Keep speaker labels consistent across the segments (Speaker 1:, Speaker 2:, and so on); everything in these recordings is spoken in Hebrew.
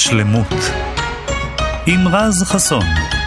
Speaker 1: שלמות עם רז חסון.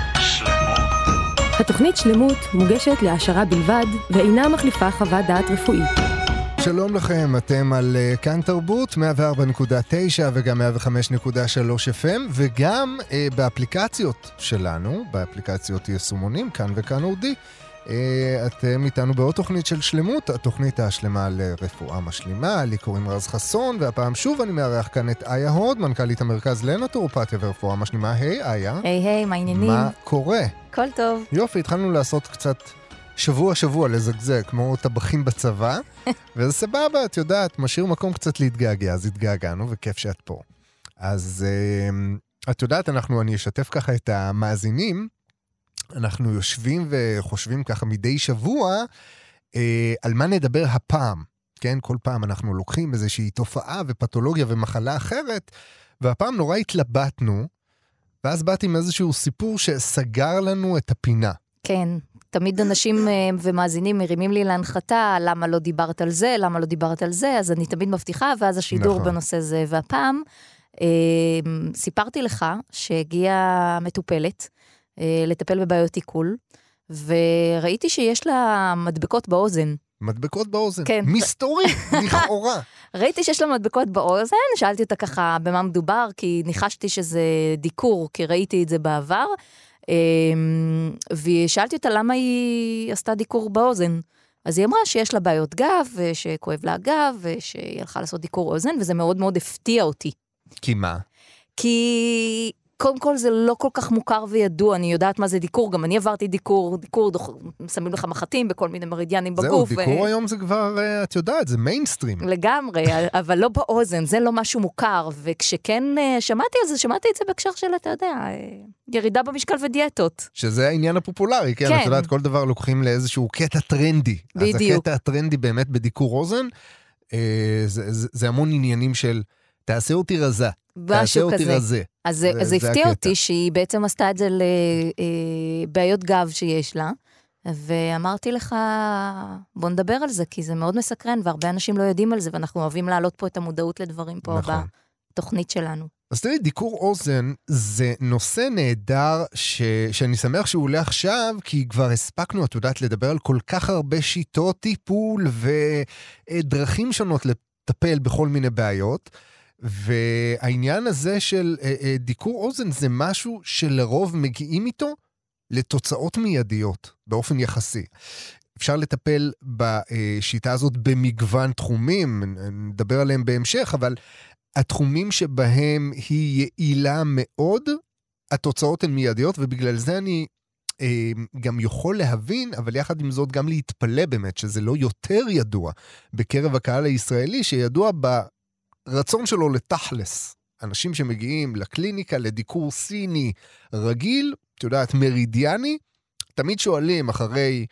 Speaker 2: התוכנית שלמות מוגשת להעשרה בלבד ואינה מחליפה חוות דעת רפואית.
Speaker 3: שלום לכם, אתם על כאן תרבות 104.9 וגם 105.3 FM וגם באפליקציות שלנו, באפליקציות יישומונים, כאן וכאן אודי. אתם איתנו בעוד תוכנית של שלמות, התוכנית השלמה לרפואה משלימה. לי קוראים רז חסון, והפעם שוב אני מארח כאן את איה הוד, מנכ"לית המרכז לנטורופתיה ורפואה משלימה. היי איה.
Speaker 4: היי, מה העניינים?
Speaker 3: מה קורה?
Speaker 4: כל טוב.
Speaker 3: יופי, התחלנו לעשות קצת שבוע לזגזג, כמו טבחים בצבא, וזה סבבה, את יודעת, משאיר מקום קצת להתגעגע, אז התגעגענו, וכיף שאת פה. אז את יודעת, אני אשתף ככה את המאזינים, אנחנו יושבים וחושבים ככה מדי שבוע, על מה נדבר הפעם, כן? כל פעם אנחנו לוקחים איזושהי תופעה ופתולוגיה ומחלה אחרת, והפעם נורא התלבטנו, ואז באתי עם איזשהו סיפור שסגר לנו את הפינה.
Speaker 4: כן, תמיד אנשים ומאזינים מרימים לי להנחתה, למה לא דיברת על זה, למה לא דיברת על זה, אז אני תמיד מבטיחה, ואז השידור נכון. בנושא זה, והפעם סיפרתי לך שהגיעה מטופלת, לטפל בבעיות עיכול, וראיתי שיש לה מדבקות באוזן.
Speaker 3: מדבקות באוזן?
Speaker 4: כן.
Speaker 3: מסתורי, לכאורה.
Speaker 4: ראיתי שיש לה מדבקות באוזן, שאלתי אותה ככה במה מדובר, כי ניחשתי שזה דיקור, כי ראיתי את זה בעבר, ושאלתי אותה למה היא עשתה דיקור באוזן. אז היא אמרה שיש לה בעיות גב, ושכואב לה הגב, ושהיא הלכה לעשות דיקור אוזן, וזה מאוד מאוד הפתיע אותי.
Speaker 3: כי מה?
Speaker 4: כי קודם כל זה לא כל כך מוכר וידוע, אני יודעת מה זה דיקור, גם אני עברתי דיקור, שמים לך מחטים בכל מיני מרידיאנים בגוף.
Speaker 3: זהו, דיקור היום זה כבר, את יודעת, זה מיינסטרים.
Speaker 4: לגמרי, אבל לא באוזן, זה לא משהו מוכר, וכשכן שמעתי על זה, שמעתי את זה בהקשר של, אתה יודע, ירידה במשקל ודיאטות.
Speaker 3: שזה העניין הפופולרי, כן, את יודעת, כל דבר לוקחים לאיזשהו קטע טרנדי.
Speaker 4: בדיוק.
Speaker 3: אז הקטע הטרנדי באמת בדיקור אוזן, זה המון עניינים של, תעשה אותי רזה. תעשה אותי רזה.
Speaker 4: אז זה הפתיע אותי שהיא בעצם עשתה את זה לבעיות גב שיש לה, ואמרתי לך, בוא נדבר על זה, כי זה מאוד מסקרן, והרבה אנשים לא יודעים על זה, ואנחנו אוהבים להעלות פה את המודעות לדברים פה בתוכנית שלנו.
Speaker 3: אז תראי, דיקור אוזן זה נושא נהדר שאני שמח שהוא עולה עכשיו, כי כבר הספקנו, את יודעת, לדבר על כל כך הרבה שיטות טיפול ודרכים שונות לטפל בכל מיני בעיות, והעניין הזה של דיקור אוזן זה משהו שלרוב מגיעים איתו לתוצאות מיידיות, באופן יחסי. אפשר לטפל בשיטה הזאת במגוון תחומים, נדבר עליהם בהמשך, אבל התחומים שבהם היא יעילה מאוד, התוצאות הן מיידיות, ובגלל זה אני גם יכול להבין, אבל יחד עם זאת גם להתפלא באמת, שזה לא יותר ידוע בקרב הקהל הישראלי, שידוע רצון שלו לתכלס. אנשים שמגיעים לקליניקה, לדיקור סיני רגיל, את יודעת, מרידיאני, תמיד שואלים אחרי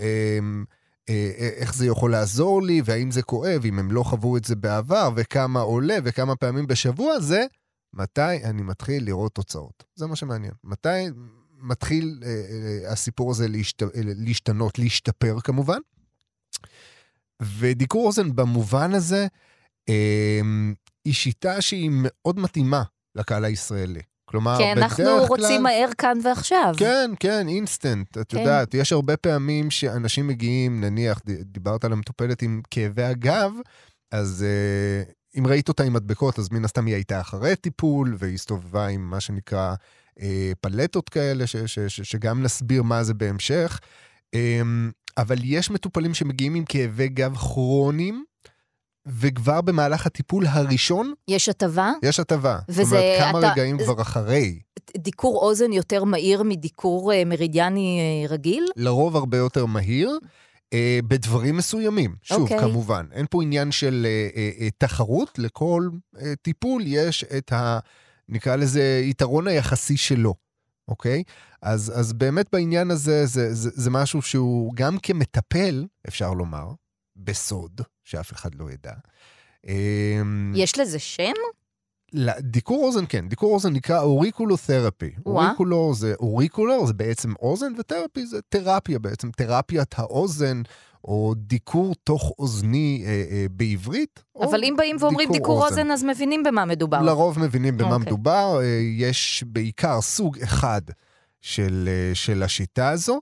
Speaker 3: איך זה יכול לעזור לי, והאם זה כואב, אם הם לא חוו את זה בעבר, וכמה עולה, וכמה פעמים בשבוע, זה מתי אני מתחיל לראות תוצאות. זה מה שמעניין. מתי מתחיל הסיפור הזה להשתנות, להשתפר כמובן. ודיקור אוזן במובן הזה, היא שיטה שהיא מאוד מתאימה לקהל הישראלי. כלומר,
Speaker 4: כן, אנחנו רוצים מהר כאן ועכשיו.
Speaker 3: כן, אינסטנט. את יודעת, יש הרבה פעמים שאנשים מגיעים, נניח, דיברת על המטופלת עם כאבי הגב, אז אם ראית אותה עם מדבקות, אז מן הסתם היא הייתה אחרי טיפול, והיא הסתובבה עם מה שנקרא פלטות כאלה, שגם נסביר מה זה בהמשך. אבל יש מטופלים שמגיעים עם כאבי גב כרוניים, וכבר במהלך הטיפול הראשון
Speaker 4: יש הטבה?
Speaker 3: יש הטבה. זאת אומרת, כמה רגעים כבר אחרי.
Speaker 4: דיקור אוזן יותר מהיר מדיקור מרידיאני רגיל?
Speaker 3: לרוב הרבה יותר מהיר, בדברים מסוימים. שוב, כמובן. אין פה עניין של תחרות, לכל טיפול יש את נקרא לזה, יתרון היחסי שלו. אוקיי? אז באמת בעניין הזה, זה משהו שהוא גם כמטפל, אפשר לומר, בסוד, שאף אחד לא ידע.
Speaker 4: יש לזה שם?
Speaker 3: דיקור אוזן, כן. דיקור אוזן נקרא אוריקולותרפי. אוריקולו זה בעצם אוזן, ותרפי זה תרפיה בעצם. תרפיית האוזן, או דיקור תוך אוזני בעברית.
Speaker 4: אבל אם באים ואומרים דיקור אוזן, אז מבינים במה מדובר.
Speaker 3: לרוב מבינים במה מדובר. יש בעיקר סוג אחד של השיטה הזו,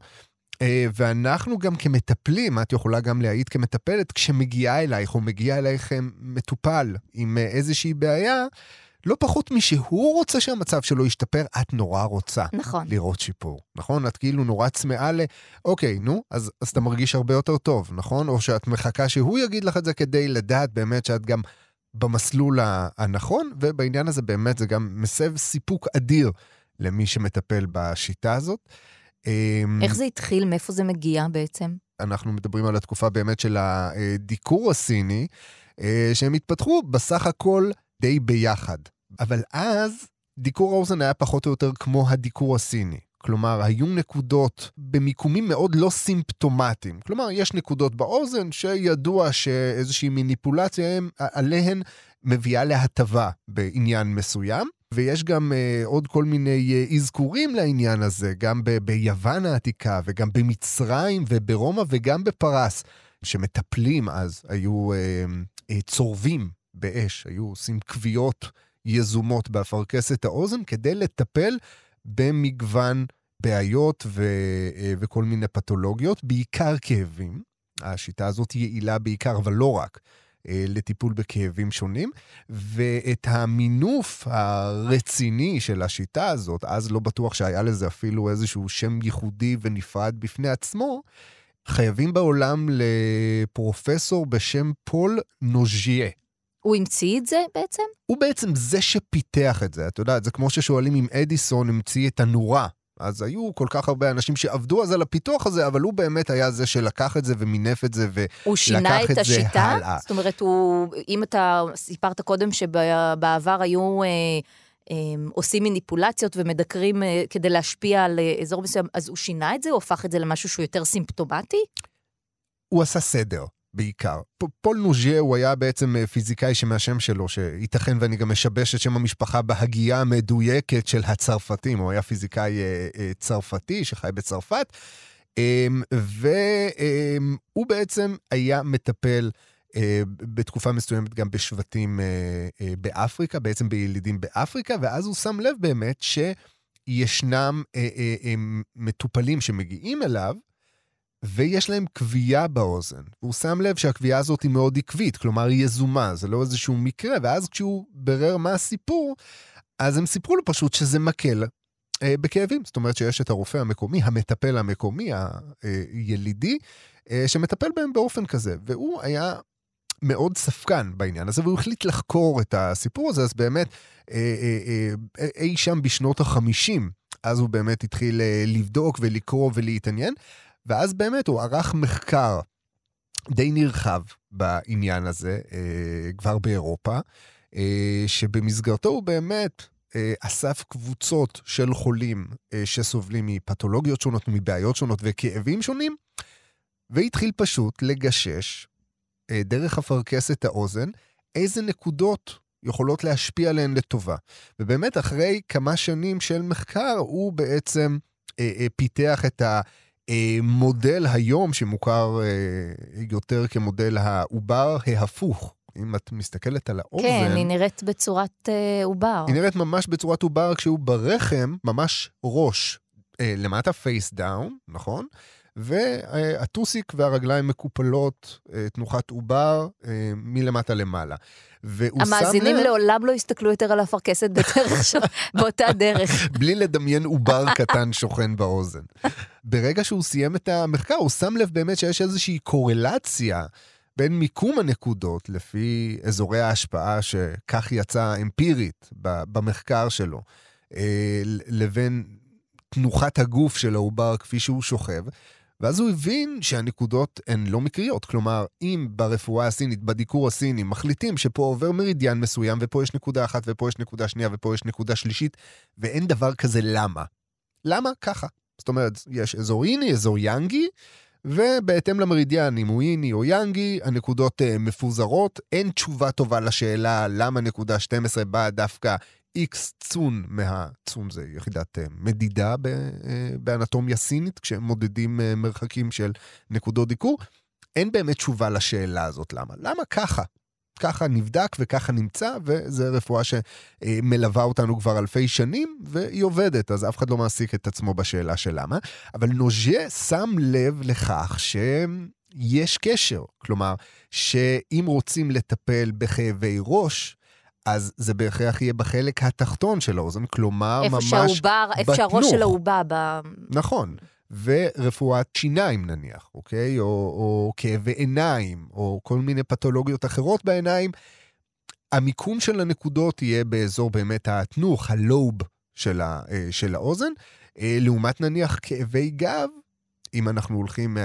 Speaker 3: ואנחנו גם כמטפלים, את יכולה גם להעיד כמטפלת, כשמגיעה אלייך או מגיע אלייך מטופל עם איזושהי בעיה, לא פחות משהוא רוצה שהמצב שלו ישתפר, את נורא רוצה לראות שיפור. נכון? את כאילו נורא צמאה אוקיי, נו, אז אתה מרגיש הרבה יותר טוב, נכון? או שאת מחכה שהוא יגיד לך את זה כדי לדעת באמת שאת גם במסלול הנכון, ובעניין הזה באמת זה גם מסב סיפוק אדיר למי שמטפל בשיטה הזאת.
Speaker 4: איך זה התחיל? מאיפה זה מגיע בעצם?
Speaker 3: אנחנו מדברים על התקופה באמת של הדיקור הסיני, שהם התפתחו בסך הכל די ביחד. אבל אז דיקור האוזן היה פחות או יותר כמו הדיקור הסיני. כלומר, היו נקודות במיקומים מאוד לא סימפטומטיים. כלומר, יש נקודות באוזן שידוע שאיזושהי מניפולציה עליהן מביאה להטבה בעניין מסוים. ויש גם עוד כל מיני אזכורים לעניין הזה, גם ביוון העתיקה, וגם במצרים וברומא, וגם בפרס, שמטפלים אז היו צורבים באש, היו עושים כוויות יזומות באפרכסת האוזן, כדי לטפל במגוון בעיות וכל מיני פתולוגיות, בעיקר כאבים. השיטה הזאת יעילה בעיקר, אבל לא רק. לטיפול בכאבים שונים, ואת המינוף הרציני של השיטה הזאת, אז לא בטוח שהיה לזה אפילו איזשהו שם ייחודי ונפרד בפני עצמו, חייבים בעולם לפרופסור בשם פול נוז'יה.
Speaker 4: הוא המציא את זה בעצם?
Speaker 3: הוא בעצם זה שפיתח את זה, אתה יודע, זה כמו ששואלים אם אדיסון המציא את הנורה, אז היו כל כך הרבה אנשים שעבדו אז על הפיתוח הזה, אבל הוא באמת היה זה שלקח את זה ומינף את זה ולקח את זה הלאה.
Speaker 4: הוא שינה את השיטה? זאת אומרת, אם אתה סיפרת קודם שבעבר היו עושים מניפולציות ומדקרים כדי להשפיע על אזור מסוים, אז הוא שינה את זה? הוא הפך את זה למשהו שהוא יותר סימפטומטי?
Speaker 3: הוא עשה סדר. בעיקר. פול נוז'יה הוא היה בעצם פיזיקאי שמהשם שלו, שייתכן ואני גם משבש את שם המשפחה בהגייה המדויקת של הצרפתים, הוא היה פיזיקאי צרפתי שחי בצרפת, והוא בעצם היה מטפל בתקופה מסוימת גם בשבטים באפריקה, בעצם בילידים באפריקה, ואז הוא שם לב באמת שישנם מטופלים שמגיעים אליו, ויש להם קביעה באוזן. הוא שם לב שהקביעה הזאת היא מאוד עקבית, כלומר היא יזומה, זה לא איזשהו מקרה, ואז כשהוא ברר מה הסיפור, אז הם סיפרו לו פשוט שזה מקל בכאבים. זאת אומרת שיש את הרופא המקומי, המטפל המקומי, הילידי, שמטפל בהם באופן כזה, והוא היה מאוד ספקן בעניין הזה, והוא החליט לחקור את הסיפור הזה, אז באמת אי שם בשנות ה-50, אז הוא באמת התחיל לבדוק ולקרוא ולהתעניין, ואז באמת הוא ערך מחקר די נרחב בעניין הזה, כבר באירופה, שבמסגרתו הוא באמת אסף קבוצות של חולים שסובלים מפתולוגיות שונות, מבעיות שונות וכאבים שונים, והתחיל פשוט לגשש דרך אפרכסת האוזן, איזה נקודות יכולות להשפיע עליהן לטובה. ובאמת אחרי כמה שנים של מחקר, הוא בעצם פיתח את מודל היום שמוכר יותר כמודל העובר ההפוך. אם את מסתכלת על האוזן...
Speaker 4: כן, היא נראית בצורת עובר.
Speaker 3: היא נראית ממש בצורת עובר, כשהוא ברחם, ממש ראש למטה, פייס דאון, נכון? והטוסיק והרגליים מקופלות, תנוחת עובר, מלמטה למעלה.
Speaker 4: המאזינים לעולם לא הסתכלו יותר על הפרקסת באותה דרך.
Speaker 3: בלי לדמיין עובר קטן שוכן באוזן. ברגע שהוא סיים את המחקר, הוא שם לב באמת שיש איזושהי קורלציה בין מיקום הנקודות, לפי אזורי ההשפעה שכך יצא אמפירית במחקר שלו, לבין תנוחת הגוף של העובר כפי שהוא שוכב, ואז הוא הבין שהנקודות הן לא מקריות. כלומר, אם ברפואה הסינית, בדיקור הסיני, מחליטים שפה עובר מרידיאן מסוים, ופה יש נקודה אחת, ופה יש נקודה שנייה, ופה יש נקודה שלישית, ואין דבר כזה למה. למה? ככה. זאת אומרת, יש אזור איני, אזור יאנגי, ובהתאם למרידיאן, אם הוא איני או יאנגי, הנקודות מפוזרות. אין תשובה טובה לשאלה למה נקודה 12 באה דווקא X צון מהצון, זה יחידת מדידה באנטומיה סינית, כשמודדים מרחקים של נקודות דיקור. אין באמת תשובה לשאלה הזאת. למה? למה ככה? ככה נבדק וככה נמצא, וזה רפואה שמלווה אותנו כבר אלפי שנים, והיא עובדת, אז אף אחד לא מעסיק את עצמו בשאלה של למה. אבל נוז'ה שם לב לכך שיש קשר. כלומר, שאם רוצים לטפל בכאבי ראש, אז זה בהכרח יהיה בחלק התחתון של האוזן, כלומר ממש בתנוך.
Speaker 4: איפה שהראש של העובה.
Speaker 3: נכון. ורפואת שיניים נניח, אוקיי? או כאבי עיניים, או כל מיני פתולוגיות אחרות בעיניים. המיקום של הנקודות יהיה באזור באמת התנוך, הלוב של האוזן. לעומת נניח כאבי גב, אם אנחנו הולכים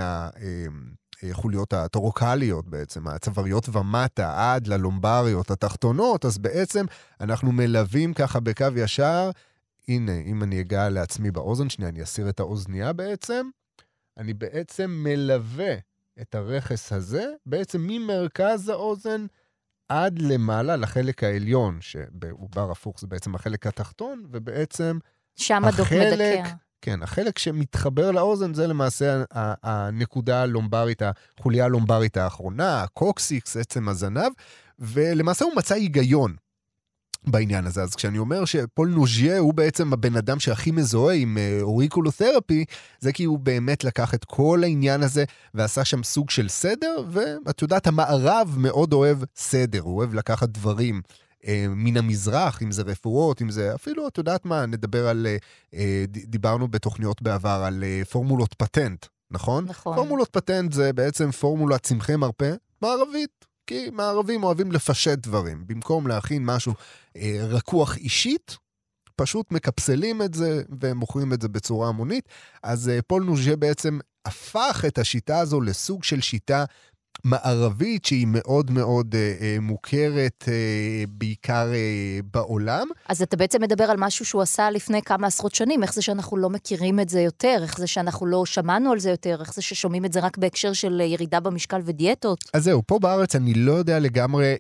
Speaker 3: חוליות התורוקליות בעצם, הצוואריות ומטה עד ללומבריות התחתונות, אז בעצם אנחנו מלווים ככה בקו ישר. הנה, אם אני אגע לעצמי באוזן, שנייה, אני אסיר את האוזנייה בעצם, אני בעצם מלווה את הרכס הזה, בעצם ממרכז האוזן עד למעלה, לחלק העליון, שבעובר הפוך זה בעצם החלק התחתון, ובעצם
Speaker 4: שם הדוק מדכא.
Speaker 3: כן, החלק שמתחבר לאוזן זה למעשה הנקודה הלומברית, החוליה הלומברית האחרונה, הקוקסיקס, עצם הזנב, ולמעשה הוא מצא היגיון בעניין הזה. אז כשאני אומר שפול נוז'ה הוא בעצם הבן אדם שהכי מזוהה עם אוריקולותרפי, זה כי הוא באמת לקח את כל העניין הזה ועשה שם סוג של סדר, ואת יודעת, המערב מאוד אוהב סדר, הוא אוהב לקחת דברים מן המזרח, אם זה רפואות, אם זה אפילו, את יודעת מה, נדבר על, דיברנו בתוכניות בעבר על פורמולות פטנט, נכון?
Speaker 4: נכון.
Speaker 3: פורמולות פטנט זה בעצם פורמולת צמחי מרפא מערבית, כי מערבים אוהבים לפשט דברים. במקום להכין משהו רקוח אישית, פשוט מקפסלים את זה ומוכרים את זה בצורה המונית. אז פול נוז'ה בעצם הפך את השיטה הזו לסוג של שיטה מערבית שהיא מאוד מאוד מוכרת בעיקר בעולם.
Speaker 4: אז אתה בעצם מדבר על משהו שהוא עשה לפני כמה עשרות שנים, איך זה שאנחנו לא מכירים את זה יותר, איך זה שאנחנו לא שמענו על זה יותר, איך זה ששומעים את זה רק בהקשר של ירידה במשקל ודיאטות.
Speaker 3: אז זהו, פה בארץ אני לא יודע לגמרי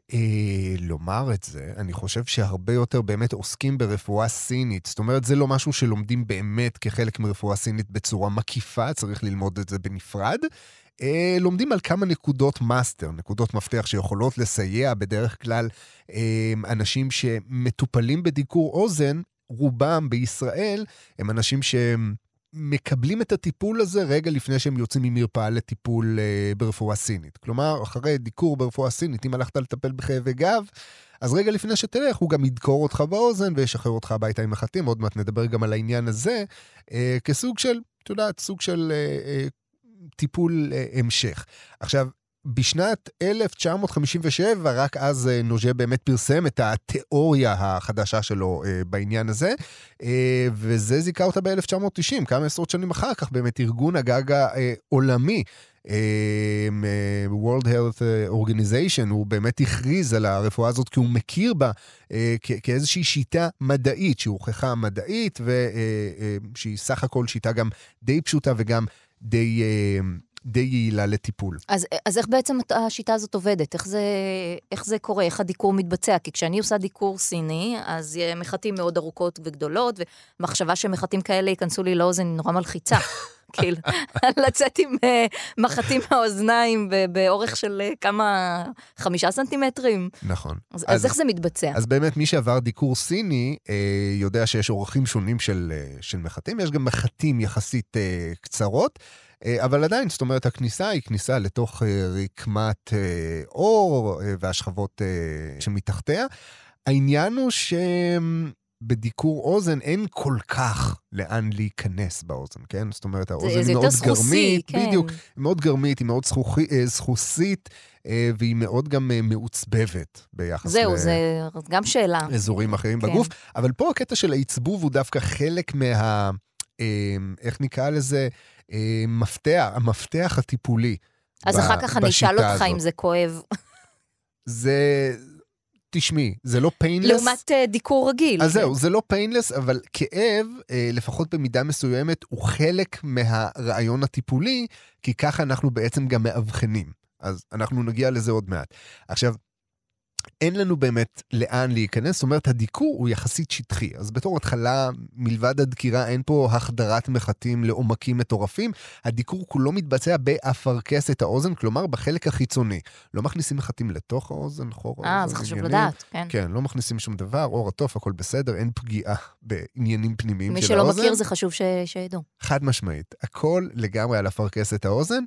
Speaker 3: לומר את זה, אני חושב שהרבה יותר באמת עוסקים ברפואה סינית, זאת אומרת זה לא משהו שלומדים באמת כחלק מרפואה סינית בצורה מקיפה, צריך ללמוד את זה בנפרד, לומדים על כמה נקודות מאסטר, נקודות מפתח שיכולות לסייע בדרך כלל אנשים שמטופלים בדיקור אוזן, רובם בישראל הם אנשים שמקבלים את הטיפול הזה רגע לפני שהם יוצאים ממרפאה לטיפול ברפואה סינית. כלומר, אחרי דיקור ברפואה סינית, אם הלכת לטפל בכאבי גב, אז רגע לפני שתלך, הוא גם ידקור אותך באוזן וישחרר אותך הביתה עם מחטים, עוד מעט נדבר גם על העניין הזה, כסוג של, את יודעת, סוג של טיפול המשך. עכשיו, בשנת 1957, רק אז נוז'ה באמת פרסם את התיאוריה החדשה שלו בעניין הזה, וזה זיקה אותה ב-1990, כמה עשרות שנים אחר כך, באמת ארגון הגג העולמי, World Health Organization, הוא באמת הכריז על הרפואה הזאת, כי הוא מכיר בה כאיזושהי שיטה מדעית, שהיא הוכחה מדעית, ושהיא סך הכל שיטה גם די פשוטה וגם די יעילה לטיפול.
Speaker 4: אז איך בעצם השיטה הזאת עובדת? איך זה קורה? איך הדיקור מתבצע? כי כשאני עושה דיקור סיני, אז מחטים מאוד ארוכות וגדולות, ומחשבה שמחטים כאלה ייכנסו לי לאוזן נורא מלחיצה. כאילו, לצאת עם מחטים מהאוזניים באורך של כמה, 5 סנטימטרים.
Speaker 3: נכון.
Speaker 4: אז איך זה מתבצע?
Speaker 3: אז באמת מי שעבר דיקור סיני, יודע שיש אורכים שונים של מחטים, יש גם מחטים יחסית קצרות, אבל עדיין, זאת אומרת, הכניסה היא כניסה לתוך רקמת אור והשכבות שמתחתיה. העניין הוא שבדיקור אוזן אין כל כך לאן להיכנס באוזן, כן? זאת אומרת, האוזן היא מאוד גרמית,
Speaker 4: כן.
Speaker 3: בדיוק, מאוד גרמית, היא מאוד סחוסית, והיא מאוד גם מעוצבבת ביחס
Speaker 4: זהו, זה גם שאלה.
Speaker 3: אזורים אחרים
Speaker 4: כן.
Speaker 3: בגוף, אבל פה הקטע של העצבוב הוא דווקא חלק איך נקרא לזה, המפתח הטיפולי.
Speaker 4: אז אחר כך אני אשאל אותך אם זה כואב.
Speaker 3: תשמעי, זה לא painless.
Speaker 4: לעומת דיקור רגיל.
Speaker 3: אז זהו, זה לא painless, אבל כאב, לפחות במידה מסוימת, הוא חלק מהרעיון הטיפולי, כי ככה אנחנו בעצם גם מאבחנים. אז אנחנו נגיע לזה עוד מעט. עכשיו, אין לנו באמת לאן להיכנס, זאת אומרת, הדיקור הוא יחסית שטחי. אז בתור התחלה, מלבד הדקירה, אין פה החדרת מחטים לעומקים מטורפים. הדיקור כולו מתבצע באפרכסת האוזן, כלומר בחלק החיצוני. לא מכניסים מחטים לתוך האוזן, חור האוזן.
Speaker 4: זה חשוב לדעת, כן.
Speaker 3: כן, לא מכניסים שום דבר, אור הטוף, הכל בסדר, אין פגיעה בעניינים פנימיים של
Speaker 4: מי
Speaker 3: האוזן.
Speaker 4: שלא מכיר זה חשוב שידעו.
Speaker 3: חד משמעית. הכל לגמרי על אפרכסת האוזן,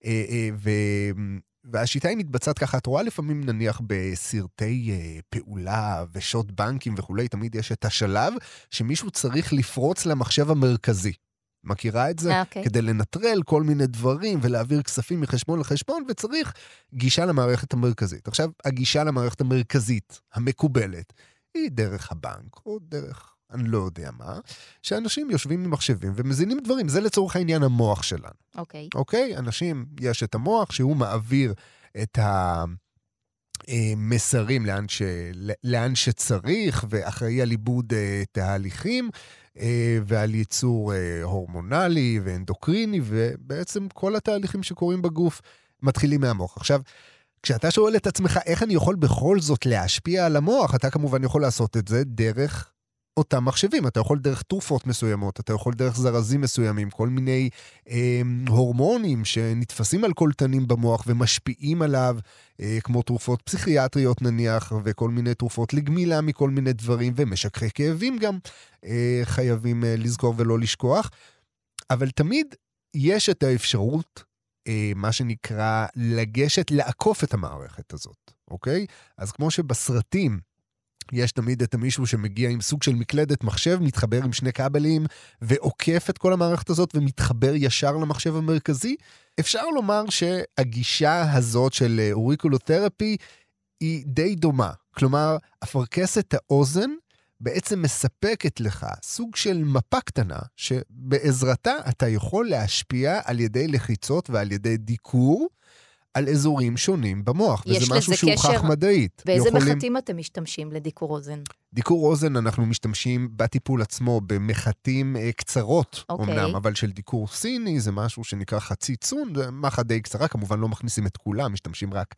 Speaker 3: והשיטה היא מתבצעת ככה, את רואה לפעמים נניח בסרטי פעולה ושעות בנקים וכולי, תמיד יש את השלב שמישהו צריך לפרוץ למחשב המרכזי. מכירה את זה? כדי לנטרל כל מיני דברים ולהעביר כספים מחשבון לחשבון, וצריך גישה למערכת המרכזית. עכשיו, הגישה למערכת המרכזית המקובלת היא דרך הבנק או דרך אני לא יודע מה, שאנשים יושבים ממחשבים ומזינים דברים. זה לצורך העניין המוח שלנו. אוקיי? אנשים, יש את המוח שהוא מעביר את המסרים לאן שצריך, ואחראי על עיבוד תהליכים, ועל ייצור הורמונלי ואנדוקריני, ובעצם כל התהליכים שקורים בגוף מתחילים מהמוח. עכשיו, כשאתה שואל את עצמך איך אני יכול בכל זאת להשפיע על המוח, אתה כמובן יכול לעשות את זה דרך אותם מחשבים. אתה יכול דרך תרופות מסוימות, אתה יכול דרך זרזים מסוימים, כל מיני הורמונים שנתפסים על קולטנים במוח ומשפיעים עליו, כמו תרופות פסיכיאטריות נניח, וכל מיני תרופות לגמילה מכל מיני דברים, ומשככי כאבים גם חייבים לזכור ולא לשכוח. אבל תמיד יש את האפשרות, מה שנקרא, לגשת לעקוף את המערכת הזאת, אוקיי? אז כמו שבסרטים, יש תמיד את המישהו שמגיע עם סוג של מקלדת מחשב, מתחבר עם שני כבלים, ועוקף את כל המערכת הזאת, ומתחבר ישר למחשב המרכזי. אפשר לומר שהגישה הזאת של אוריקולותרפי, היא די דומה. כלומר, אפרכסת האוזן בעצם מספקת לך סוג של מפה קטנה, שבעזרתה אתה יכול להשפיע על ידי לחיצות ועל ידי דיקור, על אזורים שונים במוח, וזה משהו שהוכח מדעית.
Speaker 4: באיזה מחטים אתם משתמשים לדיקור אוזן?
Speaker 3: דיקור אוזן אנחנו משתמשים בטיפול עצמו במחטים קצרות, אמנם, אבל של דיקור סיני זה משהו שנקרא חצי צון, זה מחה די קצרה, כמובן לא מכניסים את כולם, משתמשים רק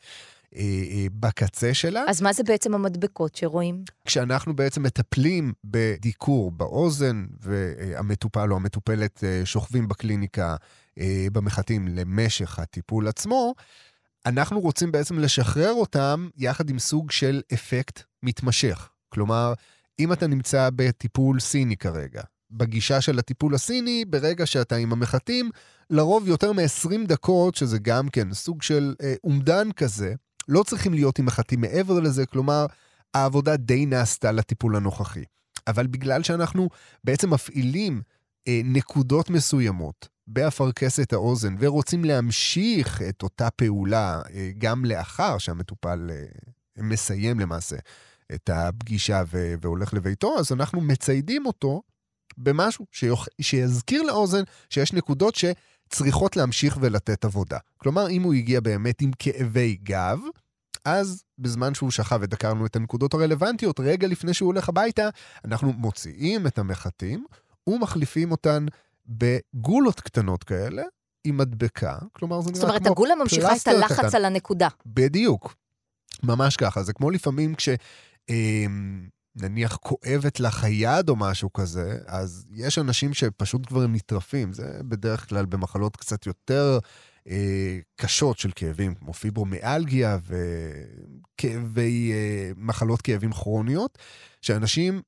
Speaker 3: בקצה שלה.
Speaker 4: אז מה זה בעצם המדבקות שרואים?
Speaker 3: כשאנחנו בעצם מטפלים בדיקור באוזן, והמטופל או המטופלת שוכבים בקליניקה במחטים למשך הטיפול עצמו, אנחנו רוצים בעצם לשחרר אותם יחד עם סוג של אפקט מתמשך. כלומר, אם אתה נמצא בטיפול סיני כרגע, בגישה של הטיפול הסיני, ברגע שאתה עם המחטים, לרוב יותר מ-20 דקות, שזה גם כן סוג של אומדן כזה, לא צריכים להיות עם מחטים מעבר לזה, כלומר, העבודה די נעשתה לטיפול הנוכחי. אבל בגלל שאנחנו בעצם מפעילים נקודות מסוימות באפרכסת האוזן, ורוצים להמשיך את אותה פעולה גם לאחר שהמטופל מסיים למעשה את הפגישה והולך לביתו, אז אנחנו מציידים אותו במשהו שיזכיר לאוזן שיש נקודות שצריכות להמשיך ולתת עבודה. כלומר, אם הוא הגיע באמת עם כאבי גב, אז בזמן שהוא שכב ודקרנו את הנקודות הרלוונטיות, רגע לפני שהוא הולך הביתה, אנחנו מוציאים את המחטים ומחליפים אותן בגולות קטנות כאלה, עם מדבקה. כלומר, זה נראה כמו...
Speaker 4: זאת אומרת, הגולה ממשיכה את הלחץ על הנקודה.
Speaker 3: בדיוק. ממש ככה. זה כמו לפעמים נניח כואבת לך היד או משהו כזה, אז יש אנשים שפשוט כבר נטרפים. זה בדרך כלל במחלות קצת יותר קשות של כאבים, כמו פיברומיאלגיה וכאבי מחלות כאבים כרוניות, שאנשים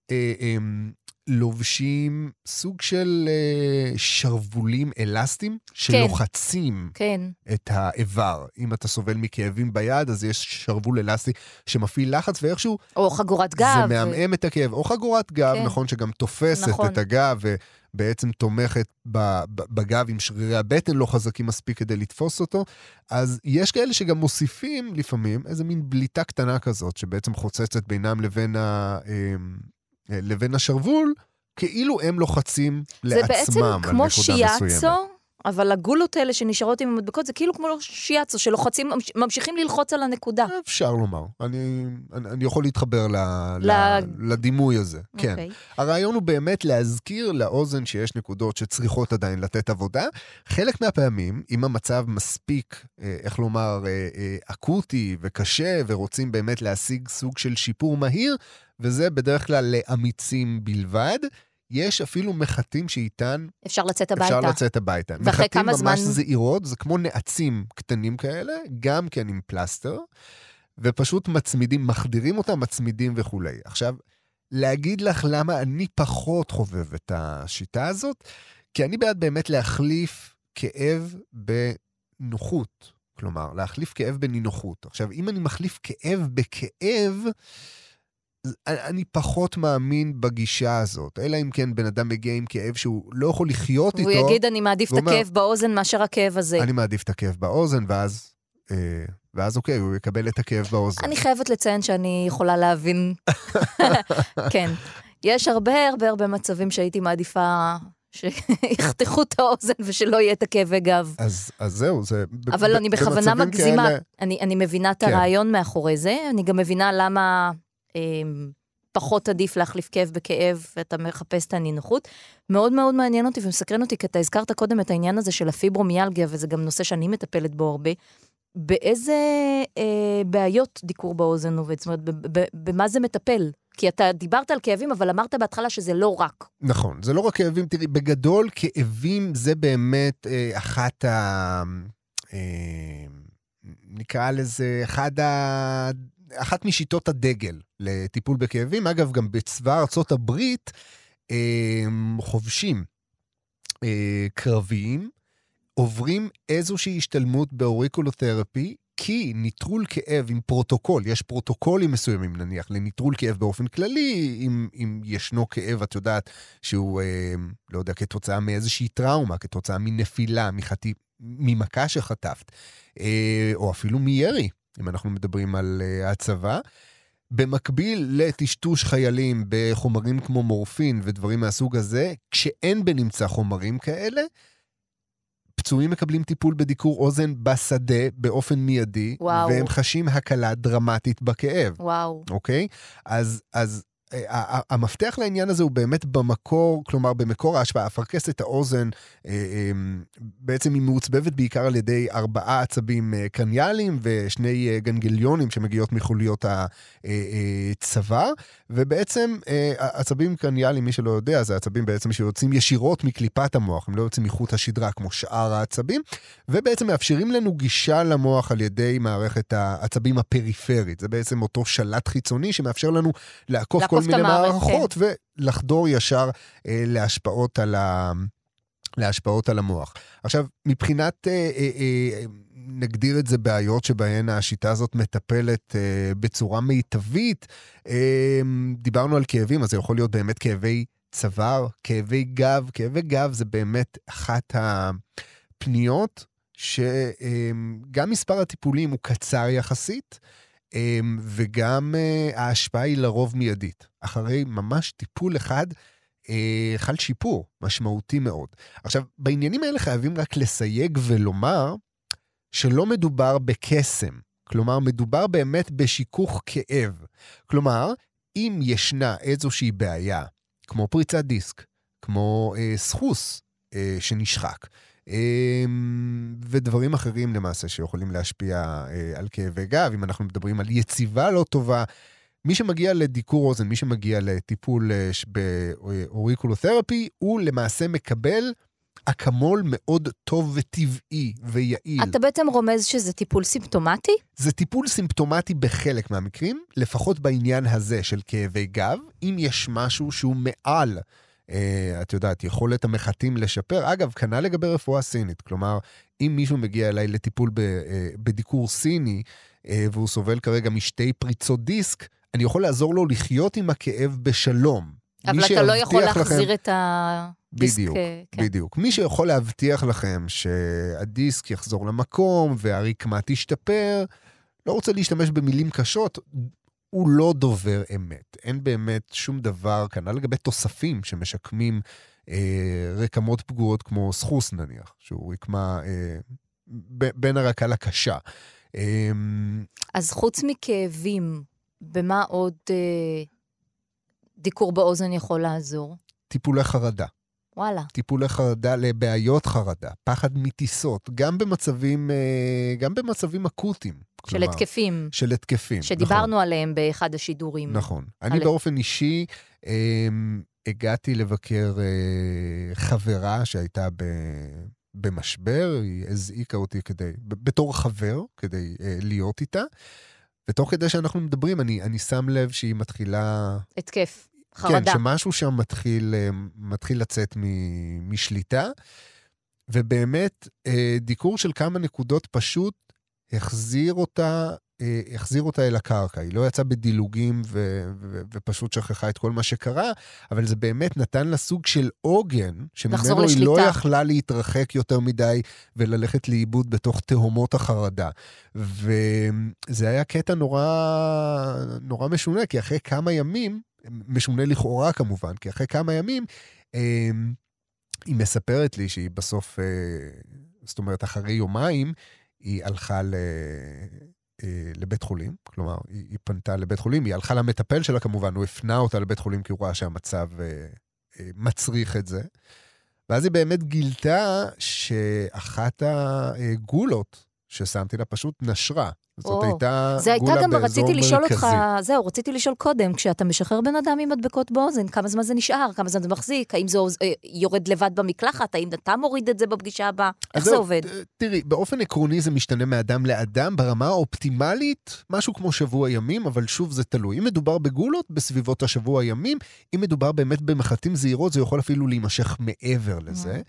Speaker 3: לובשים סוג של שרבולים אלסטיים שלוחצים את האיבר. אם אתה סובל מכאבים ביד, אז יש שרבול אלסטי שמפעיל לחץ, ואיכשהו...
Speaker 4: או חגורת גב.
Speaker 3: זה מאמם את הכאב. או חגורת גב, נכון, שגם תופסת את הגב, ובעצם תומכת בגב עם שרירי הבטן לא חזקים מספיק כדי לתפוס אותו. אז יש כאלה שגם מוסיפים לפעמים איזה מין בליטה קטנה כזאת, שבעצם חוצצת בינם לבין השרוול, כאילו הם לוחצים לעצמם על נקודה מסוימת.
Speaker 4: זה בעצם כמו שיאצו, אבל הגולות האלה שנשארות עם המדבקות, זה כאילו כמו שיאצו, שלוחצים, ממשיכים ללחוץ על הנקודה.
Speaker 3: אפשר לומר. אני יכול להתחבר לדימוי הזה. כן. הרעיון הוא באמת להזכיר לאוזן שיש נקודות שצריכות עדיין לתת עבודה. חלק מהפעמים, אם המצב מספיק, איך לומר, אקוטי וקשה, ורוצים באמת להשיג סוג של שיפור מהיר, וזה בדרך כלל לאמיצים בלבד, יש אפילו מחטים שאיתן
Speaker 4: אפשר לצאת הביתה.
Speaker 3: אפשר לצאת הביתה.
Speaker 4: ואחרי כמה זמן?
Speaker 3: מחטים ממש זעירות, זה כמו נעצים קטנים כאלה, גם כן עם פלסטר, ופשוט מצמידים, מחדירים אותם, מצמידים וכו'. עכשיו, להגיד לך למה אני פחות חובב את השיטה הזאת, כי אני בעד באמת להחליף כאב בנוחות. כלומר, להחליף כאב בנינוחות. עכשיו, אם אני מחליף כאב בכאב, אני פחות מאמין בגישה הזאת, אלא אם כן בן אדם מגיע עם כאב שהוא לא יכול לחיות איתו.
Speaker 4: והוא יגיד, אני מעדיף את הכאב באוזן מאשר הכאב הזה.
Speaker 3: אני מעדיף את הכאב באוזן, ואז אוקיי, הוא יקבל את הכאב באוזן.
Speaker 4: אני חייבת לציין שאני יכולה להבין. כן. יש הרבה מצבים שהייתי מעדיפה שיחתכו את האוזן ושלא יהיה את הכאבי גב.
Speaker 3: אז זהו, זה...
Speaker 4: אבל אני בכוונה מגזימה. אני מבינה את הרעיון מאחורי זה, אני גם מבינה למה... פחות עדיף להחליף כאב בכאב, ואתה מחפש את הנינוחות. מאוד מאוד מעניין אותי ומסקרן אותי, כי אתה הזכרת קודם את העניין הזה של הפיברומיאלגיה, וזה גם נושא שאני מטפלת בו הרבה. באיזה בעיות דיקור באוזן עובד? זאת אומרת, במה זה מטפל? כי אתה דיברת על כאבים, אבל אמרת בהתחלה שזה לא רק.
Speaker 3: נכון, זה לא רק כאבים. תראי, בגדול כאבים זה באמת נקרא לזה, אחת משיטות הדגל לטיפול בכאבים. אגב, גם בצבא ארצות הברית חובשים קרביים עוברים איזושהי השתלמות באוריקולותרפי, כי ניטרול כאב עם פרוטוקול, יש פרוטוקולים מסוימים נניח, לניטרול כאב באופן כללי, אם ישנו כאב, את יודעת, שהוא, לא יודע, כתוצאה מאיזושהי טראומה, כתוצאה מנפילה, ממכה שחטפת, או אפילו מירי, אם אנחנו מדברים על הצבא, במקביל לטשטוש חיילים בחומרים כמו מורפין ודברים מהסוג הזה, כשאין בנמצא חומרים כאלה, פצועים מקבלים טיפול בדיקור אוזן בשדה באופן מיידי,
Speaker 4: וואו.
Speaker 3: והם חשים הקלה דרמטית בכאב.
Speaker 4: וואו.
Speaker 3: אוקיי? אז המפתח לעניין הזה הוא באמת במקור, כלומר במקור ההשפעה, אפרכסת האוזן, בעצם היא מעוצבבת בעיקר על ידי 4 עצבים קרניאליים ו2 גנגליונים שמגיעות מחוליות הצוואר, ובעצם עצבים קרניאליים, מי שלא יודע, זה עצבים בעצם שיוצאים ישירות מקליפת המוח, הם לא יוצאים מחוט השדרה כמו שאר העצבים, ובעצם מאפשרים לנו גישה למוח על ידי מערכת העצבים הפריפרית, זה בעצם אותו שלט חיצוני שמאפשר לנו לעקוף כל מיני מערכות, ולחדור ישר להשפעות על המוח. עכשיו, מבחינת, נגדיר את זה בעיות שבהן השיטה הזאת מטפלת בצורה מיטבית, דיברנו על כאבים, אז זה יכול להיות באמת כאבי צוואר, כאבי גב. כאבי גב זה באמת אחת הפניות, שגם מספר הטיפולים הוא קצר יחסית, וגם ההשפעה היא לרוב מיידית. אחרי ממש טיפול אחד, חל שיפור משמעותי מאוד. עכשיו, בעניינים האלה חייבים רק לסייג ולומר, שלא מדובר בקסם. כלומר, מדובר באמת בשיכוך כאב. כלומר, אם ישנה איזושהי בעיה, כמו פריצת דיסק, כמו סחוס שנשחק, ודברים אחרים למעשה שיכולים להשפיע על כאבי גב, אם אנחנו מדברים על יציבה לא טובה, מי שמגיע לדיקור אוזן, מי שמגיע לטיפול באוריקולותרפי, הוא למעשה מקבל אקמול מאוד טוב וטבעי ויעיל. אתה
Speaker 4: בעצם רומז שזה טיפול סימפטומטי?
Speaker 3: זה טיפול סימפטומטי בחלק מהמקרים, לפחות בעניין הזה של כאבי גב, אם יש משהו שהוא מעל, את יודעת, יכולת המחטים לשפר. אגב, כנ"ל לגבי רפואה סינית. כלומר, אם מישהו מגיע אליי לטיפול בדיקור סיני, והוא סובל כרגע משתי פריצות דיסק, אני יכול לעזור לו לחיות עם הכאב בשלום.
Speaker 4: אבל אתה לא יכול להחזיר את הדיסק.
Speaker 3: בדיוק, בדיוק. מי שיכול להבטיח לכם שהדיסק יחזור למקום, והרקמה תשתפר, לא רוצה להשתמש במילים קשות, הוא לא דובר אמת. אין באמת שום דבר, כנ"ל לגבי תוספים שמשקמים רקמות פגועות כמו סחוס נניח, שהוא רקמה בין הרקה לקשה.
Speaker 4: אז חוץ מכאבים, במה עוד דיקור באוזן יכול לעזור?
Speaker 3: טיפולי חרדה.
Speaker 4: וואלה.
Speaker 3: טיפולי חרדה לבעיות חרדה, פחד מטיסות, גם במצבים אקוטיים.
Speaker 4: של התקפים.
Speaker 3: של התקפים,
Speaker 4: שדיברנו
Speaker 3: נכון.
Speaker 4: עליהם באחד השידורים.
Speaker 3: נכון. אני באופן אישי הגעתי לבקר חברה שהייתה במשבר, היא הזעיקה אותי בתור חבר, כדי להיות איתה, ותוך כדי שאנחנו מדברים, אני שם לב שהיא מתחילה...
Speaker 4: התקף. חרדה.
Speaker 3: כן, שמשהו שם מתחיל לצאת משליטה, ובאמת דיקור של כמה נקודות פשוט החזיר אותה אל הקרקע. היא לא יצאה בדילוגים ופשוט שכחה את כל מה שקרה, אבל זה באמת נתן לה סוג של עוגן, שממנו היא לא יכלה להתרחק יותר מדי וללכת לאיבוד בתוך תהומות החרדה. וזה היה קטע נורא משונה, כי אחרי כמה ימים, משונה לכאורה כמובן, כי אחרי כמה ימים, היא מספרת לי שהיא בסוף, זאת אומרת, אחרי יומיים, היא הלכה לבית חולים, כלומר, היא פנתה לבית חולים, היא הלכה למטפל שלה כמובן, הוא הפנה אותה לבית חולים, כי הוא ראה שהמצב מצריך את זה, ואז היא באמת גילתה שאחת הגולות ששמתי לה פשוט נשרה. זאת הייתה גולה באזור מרכזי.
Speaker 4: רציתי לשאול קודם, כשאתה משחרר בן אדם עם מדבקות באוזן, כמה זמן זה נשאר, כמה זמן זה מחזיק, האם זה יורד לבד במקלחת, האם אתה מוריד את זה בפגישה הבאה, איך זה עובד?
Speaker 3: תראי, באופן עקרוני זה משתנה מאדם לאדם, ברמה האופטימלית, משהו כמו שבוע ימים, אבל שוב זה תלוי. אם מדובר בגולות, בסביבות השבוע ימים, אם מדובר באמת במחטים זהירות, זה יכול אפילו להימשך מעבר לזה.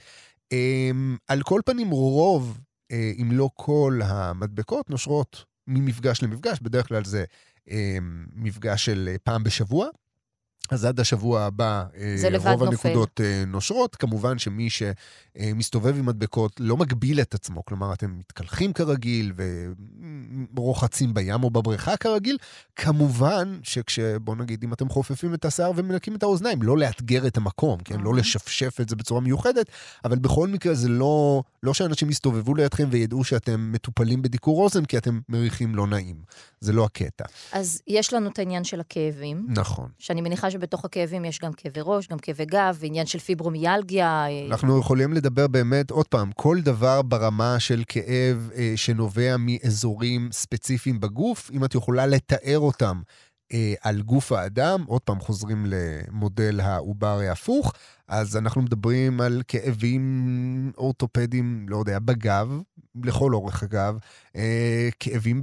Speaker 3: על כל פנים רוב, אם לא כל המדבקות נושרות ממפגש למפגש, בדרך כלל זה מפגש של פעם בשבוע, אז עד השבוע הבא רוב הנקודות נושרות, כמובן שמי שמסתובב עם מדבקות לא מגביל את עצמו, כלומר אתם מתקלחים כרגיל ורוחצים בים או בבריכה כרגיל, כמובן בוא נגיד אם אתם חופפים את השיער ומנקים את האוזניים, לא לאתגר את המקום, כן? לא לשפשף את זה בצורה מיוחדת, אבל בכל מקרה זה לא שאנשים יסתובבו לידכם וידעו שאתם מטופלים בדיקור אוזן, כי אתם מריחים לא נעים. זה לא הקטע.
Speaker 4: אז יש לנו את העניין של הכאבים.
Speaker 3: נכון.
Speaker 4: שאני מניחה שבתוך הכאבים יש גם כאבי ראש, גם כאבי גב, עניין של פיברומיאלגיה.
Speaker 3: אנחנו יכולים לדבר באמת, עוד פעם, כל דבר ברמה של כאב שנובע מאזורים ספציפיים בגוף, אם את יכולה לתאר אותם על גוף האדם, עוד פעם חוזרים למודל העובר ההפוך, אז אנחנו מדברים על כאבים אורתופדיים, לא יודע, בגב, לכל אורך הגב, כאבים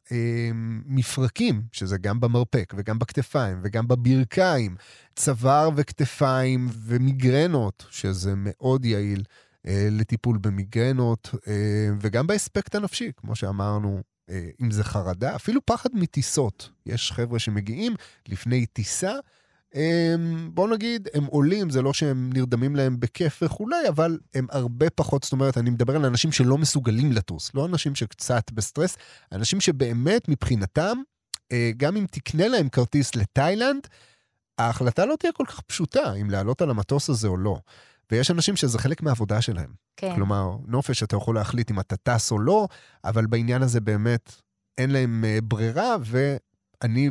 Speaker 3: במפרקים, שזה גם במרפק וגם בכתפיים וגם בברכיים, צוואר וכתפיים ומיגרנות, שזה מאוד יעיל לטיפול במיגרנות, וגם באספקט הנפשי, כמו שאמרנו, אם זה חרדה, אפילו פחד מטיסות. יש חבר'ה שמגיעים לפני טיסה, בוא נגיד, הם עולים, זה לא שהם נרדמים להם בכיף וכולי, אבל הם הרבה פחות, זאת אומרת, אני מדבר על אנשים שלא מסוגלים לטוס, לא אנשים שקצת בסטרס, אנשים שבאמת מבחינתם, גם אם תקנה להם כרטיס לתאילנד, ההחלטה לא תהיה כל כך פשוטה, אם לעלות על המטוס הזה או לא. ויש אנשים שזה חלק מהעבודה שלהם.
Speaker 4: כן.
Speaker 3: כלומר, נופש אתה יכול להחליט אם אתה טס או לא, אבל בעניין הזה באמת אין להם ברירה, ואני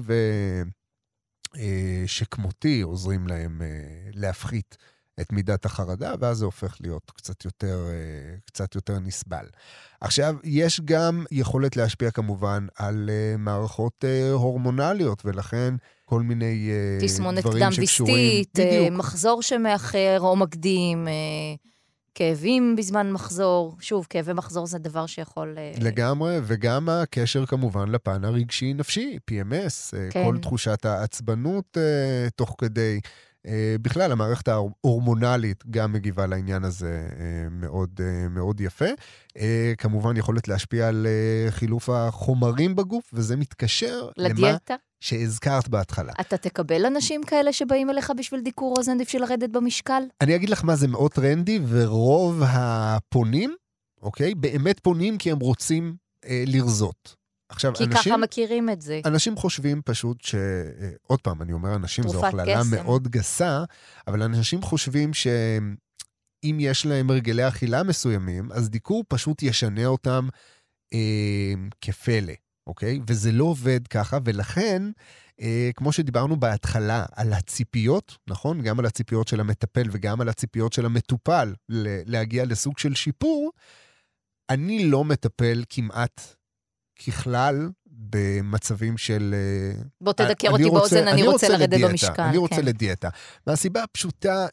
Speaker 3: שכמותי עוזרים להם להפחית את מידת החרדה, ואז זה הופך להיות קצת יותר נסבל. עכשיו, יש גם יכולת להשפיע כמובן על מערכות הורמונליות, ולכן כל מיני
Speaker 4: תסמונת
Speaker 3: דברים שקשורים.
Speaker 4: תסמונת מחזור שמאחר או מקדים, כאבים בזמן מחזור. שוב, כאבי מחזור זה דבר שיכול...
Speaker 3: לגמרי, וגם הקשר כמובן לפן הרגשי נפשי, PMS, כן. כל תחושת העצבנות תוך כדי... בכלל, המערכת ההורמונלית גם מגיבה לעניין הזה מאוד, מאוד יפה. כמובן, יכולת להשפיע על חילוף החומרים בגוף, וזה מתקשר
Speaker 4: לדיאטה
Speaker 3: שהזכרת בהתחלה.
Speaker 4: אתה תקבל אנשים כאלה שבאים אליך בשביל דיקור אוזן, בשביל לרדת במשקל?
Speaker 3: אני אגיד לך מה, זה מאוד טרנדי, ורוב הפונים, אוקיי, באמת פונים כי הם רוצים לרזות. עכשיו,
Speaker 4: כי ככה מכירים את זה.
Speaker 3: אנשים חושבים פשוט עוד פעם, אני אומר, אנשים זו הכללה מאוד גסה, אבל אנשים חושבים שאם יש להם הרגלי אכילה מסוימים, אז דיקור פשוט ישנה אותם כפלא, אוקיי? וזה לא עובד ככה, ולכן, כמו שדיברנו בהתחלה, על הציפיות, נכון? גם על הציפיות של המטפל וגם על הציפיות של המטופל להגיע לסוג של שיפור, אני לא מטפל כמעט ככלל במצבים של...
Speaker 4: בוא תדקר אותי באוזן, אני רוצה לרדת במשקל.
Speaker 3: אני רוצה לדיאטה. מהסיבה הפשוטה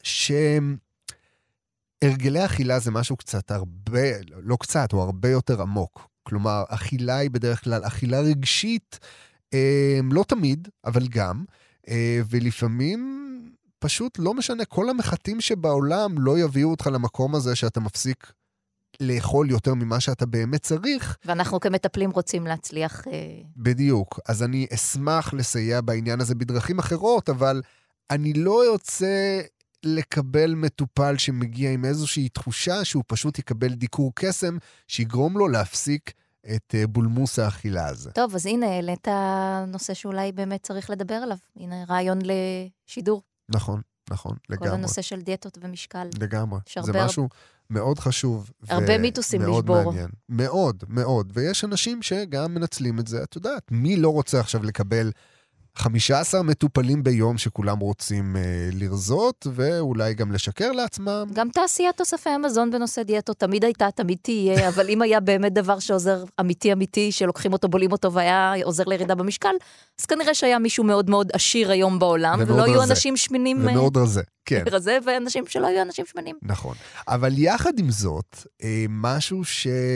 Speaker 3: שהרגלי אכילה זה משהו קצת הרבה, לא קצת, הוא הרבה יותר עמוק. כלומר, אכילה היא בדרך כלל אכילה רגשית, לא תמיד, אבל גם, ולפעמים פשוט לא משנה, כל המחטים שבעולם לא יביאו אותך למקום הזה שאתה מפסיק לאכול יותר ממה שאתה באמת צריך.
Speaker 4: ואנחנו כמטפלים רוצים להצליח.
Speaker 3: בדיוק. אז אני אשמח לסייע בעניין הזה בדרכים אחרות, אבל אני לא יוצא לקבל מטופל שמגיע עם איזושהי תחושה שהוא פשוט יקבל דיקור קסם, שיגרום לו להפסיק את בולמוס האכילה הזה.
Speaker 4: טוב, אז הנה, העלית הנושא שאולי באמת צריך לדבר עליו. הנה, רעיון לשידור.
Speaker 3: נכון, נכון, לגמרי.
Speaker 4: כל הנושא של דיאטות ומשקל.
Speaker 3: לגמרי. זה משהו מאוד חשוב.
Speaker 4: הרבה מיתוסים לשבור.
Speaker 3: מאוד מעניין. מאוד, מאוד. ויש אנשים שגם מנצלים את זה. את יודעת, מי לא רוצה עכשיו לקבל 15 מטופלים ביום שכולם רוצים לרזות, ואולי גם לשקר לעצמם.
Speaker 4: גם תעשיית תוספי המזון בנושא דיאטות תמיד הייתה, תמיד תהיה, אבל אם היה באמת דבר שעוזר אמיתי, שלוקחים אותו, בולים אותו, והיה עוזר לירידה במשקל, אז כנראה שהיה מישהו מאוד מאוד עשיר היום בעולם, ולא יהיו אנשים שמנים.
Speaker 3: ומאוד רזה, כן.
Speaker 4: רזה, ואנשים שלא יהיו אנשים שמנים.
Speaker 3: נכון. אבל יחד עם זאת, משהו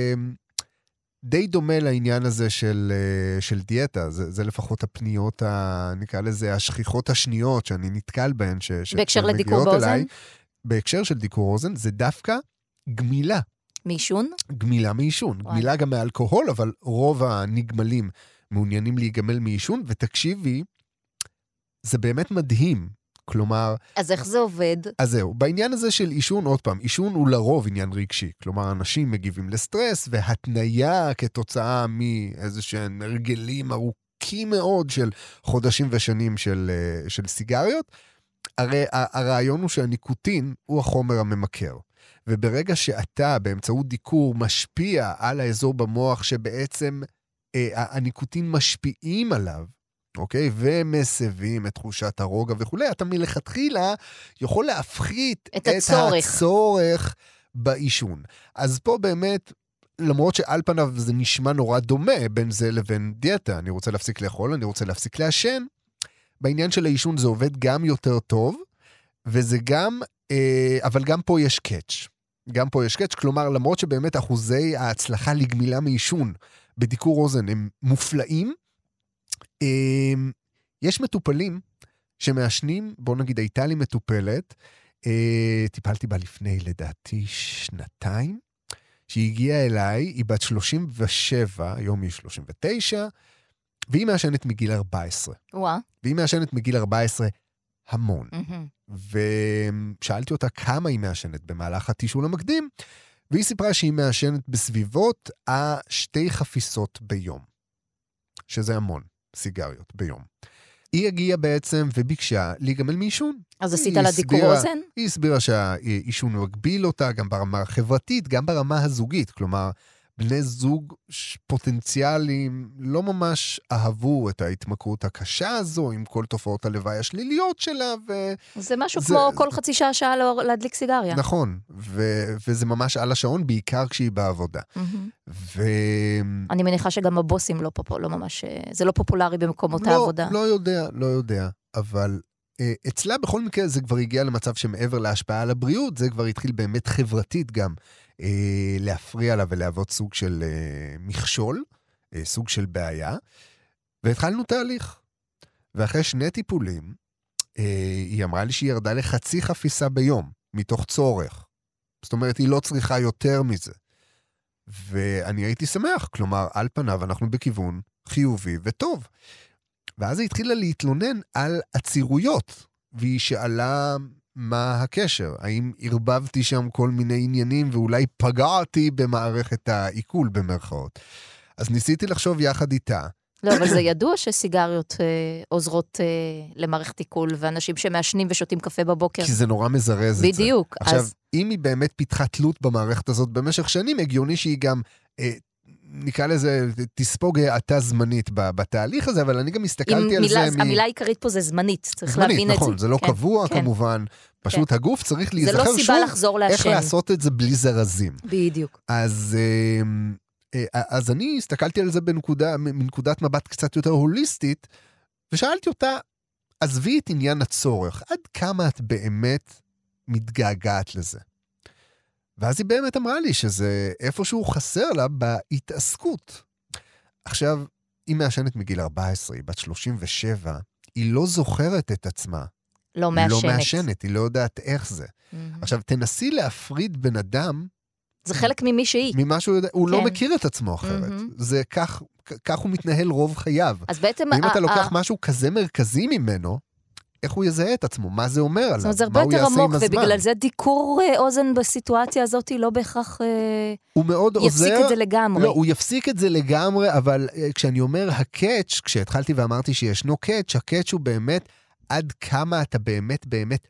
Speaker 3: די דומה לעניין הזה של דיאטה, זה לפחות הפניות, נקרא לזה, השכיחות השניות שאני נתקל בהן,
Speaker 4: בהקשר לדיקור באוזן?
Speaker 3: בהקשר של דיקור אוזן, זה דווקא גמילה.
Speaker 4: מעישון?
Speaker 3: גמילה מעישון. גמילה גם מאלכוהול, אבל רוב הנגמלים מעוניינים להיגמל מעישון, ותקשיבי, זה באמת מדהים. כלומר...
Speaker 4: אז איך זה עובד?
Speaker 3: אז זהו, בעניין הזה של עישון, עוד פעם, עישון הוא לרוב עניין רגשי. כלומר, אנשים מגיבים לסטרס, והתניה כתוצאה מאיזשהם הרגלים ארוכים מאוד של חודשים ושנים של סיגריות. הרי הרעיון הוא שהניקוטין הוא החומר הממכר. וברגע שאתה באמצעות דיקור משפיע על האזור במוח שבעצם הניקוטין משפיעים עליו, אוקיי? ומסבים את תחושת הרוגע וכו', אתה מלכתחילה יכול להפחית את הצורך בעישון. אז פה באמת, למרות שעל פניו זה נשמע נורא דומה בין זה לבין דיאטה, אני רוצה להפסיק לאכול, אני רוצה להפסיק לעשן, בעניין של העישון זה עובד גם יותר טוב, וזה גם, אבל גם פה יש קאץ'. גם פה יש קאץ', כלומר, למרות שבאמת אחוזי ההצלחה לגמילה מעישון בדיקור אוזן הם מופלאים, יש מטופלים שמעשנים, בוא נגיד, הייתה לי מטופלת, טיפלתי בה לפני, לדעתי, 2 שהיא הגיעה אליי, היא בת 37, היום היא 39, והיא מעשנת מגיל 14. והיא מעשנת מגיל 14 המון. ושאלתי אותה כמה היא מעשנת במהלך התישול המקדים, והיא סיפרה שהיא מעשנת בסביבות 2 חפיסות ביום, שזה המון. סיגריות ביום. היא הגיעה בעצם וביקשה להיגמל מעישון.
Speaker 4: אז עשית לה דיקור אוזן?
Speaker 3: היא הסבירה שהעישון מגביל אותה גם ברמה החברתית, גם ברמה הזוגית. כלומר, בני זוג פוטנציאליים לא ממש אהבו את ההתמכרות הקשה הזו, עם כל תופעות הלוואי השליליות שלה.
Speaker 4: זה משהו כמו כל חצי שעה להדליק סיגריה.
Speaker 3: נכון, וזה ממש על השעון, בעיקר כשהיא בעבודה.
Speaker 4: אני מניחה שגם הבוסים לא ממש, זה לא פופולרי במקומות העבודה.
Speaker 3: לא יודע, אבל אצלה בכל מקרה זה כבר הגיע למצב שמעבר להשפעה על הבריאות, זה כבר התחיל באמת חברתית גם להפריע לה ולהוות סוג של מכשול, סוג של בעיה, והתחלנו תהליך. ואחרי 2 טיפולים, היא אמרה לי שהיא ירדה לחצי חפיסה ביום, מתוך צורך. זאת אומרת, היא לא צריכה יותר מזה. ואני הייתי שמח, כלומר, על פניו אנחנו בכיוון חיובי וטוב. ואז היא התחילה להתלונן על עצירויות, והיא שאלה מה הקשר, האם הרבבתי שם כל מיני עניינים, ואולי פגעתי במערכת העיכול במרכאות. אז ניסיתי לחשוב יחד איתה.
Speaker 4: לא, אבל זה ידוע שסיגריות עוזרות למערכת עיכול, ואנשים שמעשנים ושותים קפה בבוקר.
Speaker 3: כי זה נורא מזרז את זה.
Speaker 4: בדיוק.
Speaker 3: עכשיו, אם היא באמת פיתחה תלות במערכת הזאת במשך שנים, הגיוני שהיא גם, נקרא לזה, תספוג האטה זמנית בתהליך הזה, אבל אני גם הסתכלתי על זה.
Speaker 4: המילה העיקרית פה זה זמנית, צריך להבין את זה.
Speaker 3: זמנית, נכון, זה לא קבוע כמובן, פשוט הגוף צריך להיזכר שוב.
Speaker 4: זה לא סיבה לחזור לעשן.
Speaker 3: איך לעשות את זה בלי זרזים.
Speaker 4: בדיוק.
Speaker 3: אז אני הסתכלתי על זה מנקודת מבט קצת יותר הוליסטית, ושאלתי אותה, עזבי את עניין הצורך, עד כמה את באמת מתגעגעת לזה? ואז היא באמת אמרה לי שזה איפשהו חסר לה בהתעסקות. עכשיו, היא מעשנת מגיל 14, היא בת 37, היא לא זוכרת את עצמה.
Speaker 4: לא מעשנת.
Speaker 3: היא לא מעשנת, היא לא יודעת איך זה. עכשיו, תנסי להפריד בן אדם,
Speaker 4: זה חלק ממי שהיא.
Speaker 3: ממה שהוא יודע, הוא לא מכיר את עצמו אחרת. זה כך הוא מתנהל רוב חייו.
Speaker 4: אז בעצם...
Speaker 3: ואם אתה לוקח משהו כזה מרכזי ממנו, איך הוא יזהה את עצמו? מה זה אומר עליו?
Speaker 4: זה הרבה יותר עמוק, ובגלל זה דיקור אוזן בסיטואציה הזאת לא בהכרח יפסיק את זה לגמרי.
Speaker 3: לא, הוא יפסיק את זה לגמרי, אבל כשאני אומר הקאץ', כשהתחלתי ואמרתי שישנו קאץ', הקאץ' הוא באמת עד כמה אתה באמת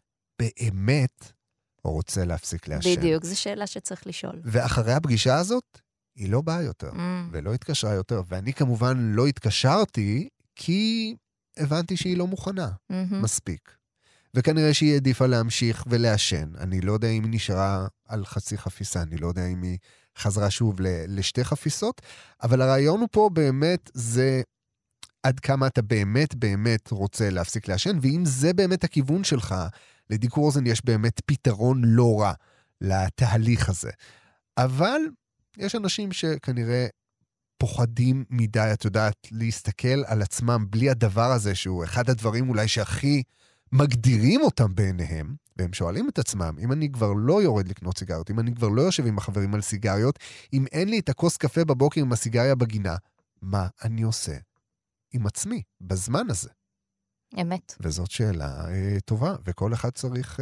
Speaker 3: או רוצה להפסיק לעשן.
Speaker 4: בדיוק, זו שאלה שצריך לשאול.
Speaker 3: ואחרי הפגישה הזאת, היא לא באה יותר, ולא התקשרה יותר. ואני כמובן לא התקשרתי, כי הבנתי שהיא לא מוכנה מספיק. וכנראה שהיא העדיפה להמשיך ולעשן. אני לא יודע אם היא נשארה על חצי חפיסה, אני לא יודע אם היא חזרה שוב לשתי חפיסות, אבל הרעיון הוא פה באמת זה עד כמה אתה באמת רוצה להפסיק לעשן, ואם זה באמת הכיוון שלך, לדיקור אוזן יש באמת פתרון לא רע לתהליך הזה. אבל יש אנשים שכנראה פוחדים מדי, את יודעת, להסתכל על עצמם בלי הדבר הזה, שהוא אחד הדברים אולי שהכי מגדירים אותם בעיניהם, והם שואלים את עצמם, אם אני כבר לא יורד לקנות סיגריות, אם אני כבר לא יושב עם החברים על סיגריות, אם אין לי את הכוס קפה בבוקר עם הסיגריה בגינה, מה אני עושה עם עצמי בזמן הזה?
Speaker 4: אמת.
Speaker 3: וזאת שאלה טובה, וכל אחד צריך,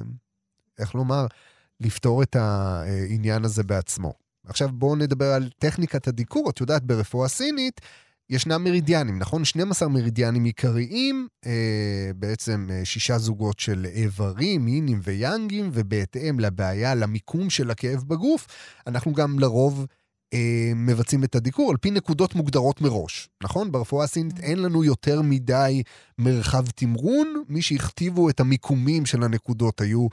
Speaker 3: איך לומר, לפתור את העניין הזה בעצמו. עכשיו בואו נדבר על טכניקת הדיקור. את יודעת, ברפואה סינית ישנם מרידיאנים, נכון? 12 מרידיאנים עיקריים, בעצם 6 זוגות של איברים, אינים ויאנגים, ובהתאם לבעיה, למיקום של הכאב בגוף, אנחנו גם לרוב מבצעים את הדיקור על פי נקודות מוגדרות מראש, נכון? ברפואה הסינית אין לנו יותר מדי מרחב תמרון, מי שהכתיבו את המיקומים של הנקודות היו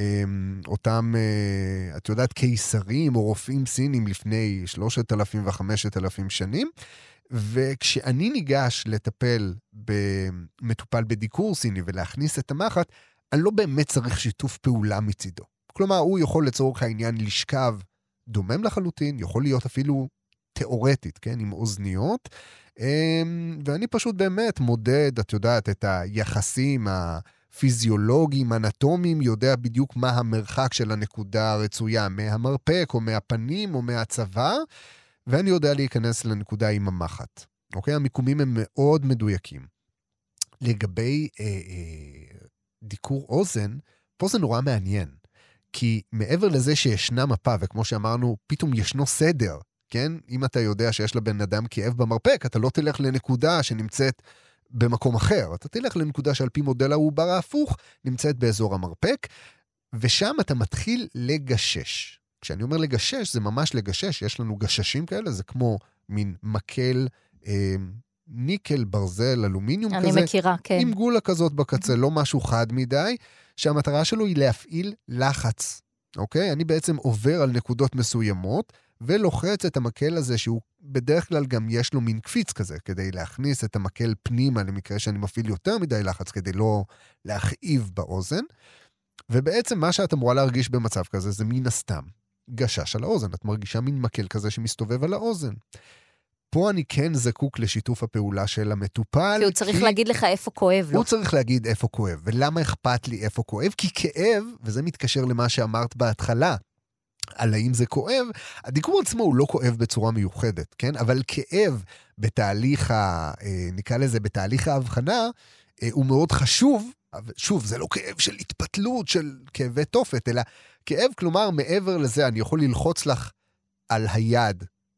Speaker 3: אותם, את יודעת, קיסרים או רופאים סינים לפני 3,000 ו-5,000 שנים, וכשאני ניגש לטפל במטופל בדיקור סיני ולהכניס את המחט, אני לא באמת צריך שיתוף פעולה מצידו. כלומר, הוא יכול לצורך העניין לשכב דומם לחלוטין, יכול להיות אפילו תיאורטית, כן, עם אוזניות, ואני פשוט באמת מודד, את יודעת, את היחסים הפיזיולוגיים, אנטומיים, יודע בדיוק מה המרחק של הנקודה הרצויה, מהמרפק או מהפנים או מהצוואר, ואני יודע להיכנס לנקודה עם המחט. אוקיי? המיקומים הם מאוד מדויקים. לגבי דיקור אוזן, פה זה נורא מעניין. כי מעבר לזה שישנה מפה, וכמו שאמרנו, פתאום ישנו סדר, כן? אם אתה יודע שיש לבן אדם כאב במרפק, אתה לא תלך לנקודה שנמצאת במקום אחר. אתה תלך לנקודה שעל פי מודל העובר ההפוך, נמצאת באזור המרפק, ושם אתה מתחיל לגשש. כשאני אומר לגשש, זה ממש לגשש. יש לנו גששים כאלה, זה כמו מין מקל, ניקל, ברזל, אלומיניום
Speaker 4: אני
Speaker 3: כזה.
Speaker 4: אני מכירה, כן.
Speaker 3: עם גולה כזאת בקצה, לא משהו חד מדי, שהמטרה שלו היא להפעיל לחץ. אוקיי? אני בעצם עובר על נקודות מסוימות, ולוחץ את המקל הזה, שהוא בדרך כלל גם יש לו מין קפיץ כזה, כדי להכניס את המקל פנימה, למקרה שאני מפעיל יותר מדי לחץ, כדי לא להכאיב באוזן. ובעצם מה שאת אמורה להרגיש במצב כזה, זה מן הסתם גשש על האוזן. את מרגישה מין מקל כזה שמסתובב על האוזן. פה אני כן זקוק לשיתוף הפעולה של המטופל.
Speaker 4: כי הוא צריך להגיד לך איפה כואב לו.
Speaker 3: הוא צריך להגיד איפה כואב. ולמה אכפת לי איפה כואב? כי כאב, וזה מתקשר למה שאמרת בהתחלה, על האם זה כואב, הדיקור עצמו הוא לא כואב בצורה מיוחדת, כן? אבל כאב בתהליך, נקרא לזה, בתהליך ההבחנה, הוא מאוד חשוב. שוב, זה לא כאב של התפתלות, של כאבי תופת, אלא כאב, כלומר, מעבר לזה, אני יכול ללחוץ לך על היד,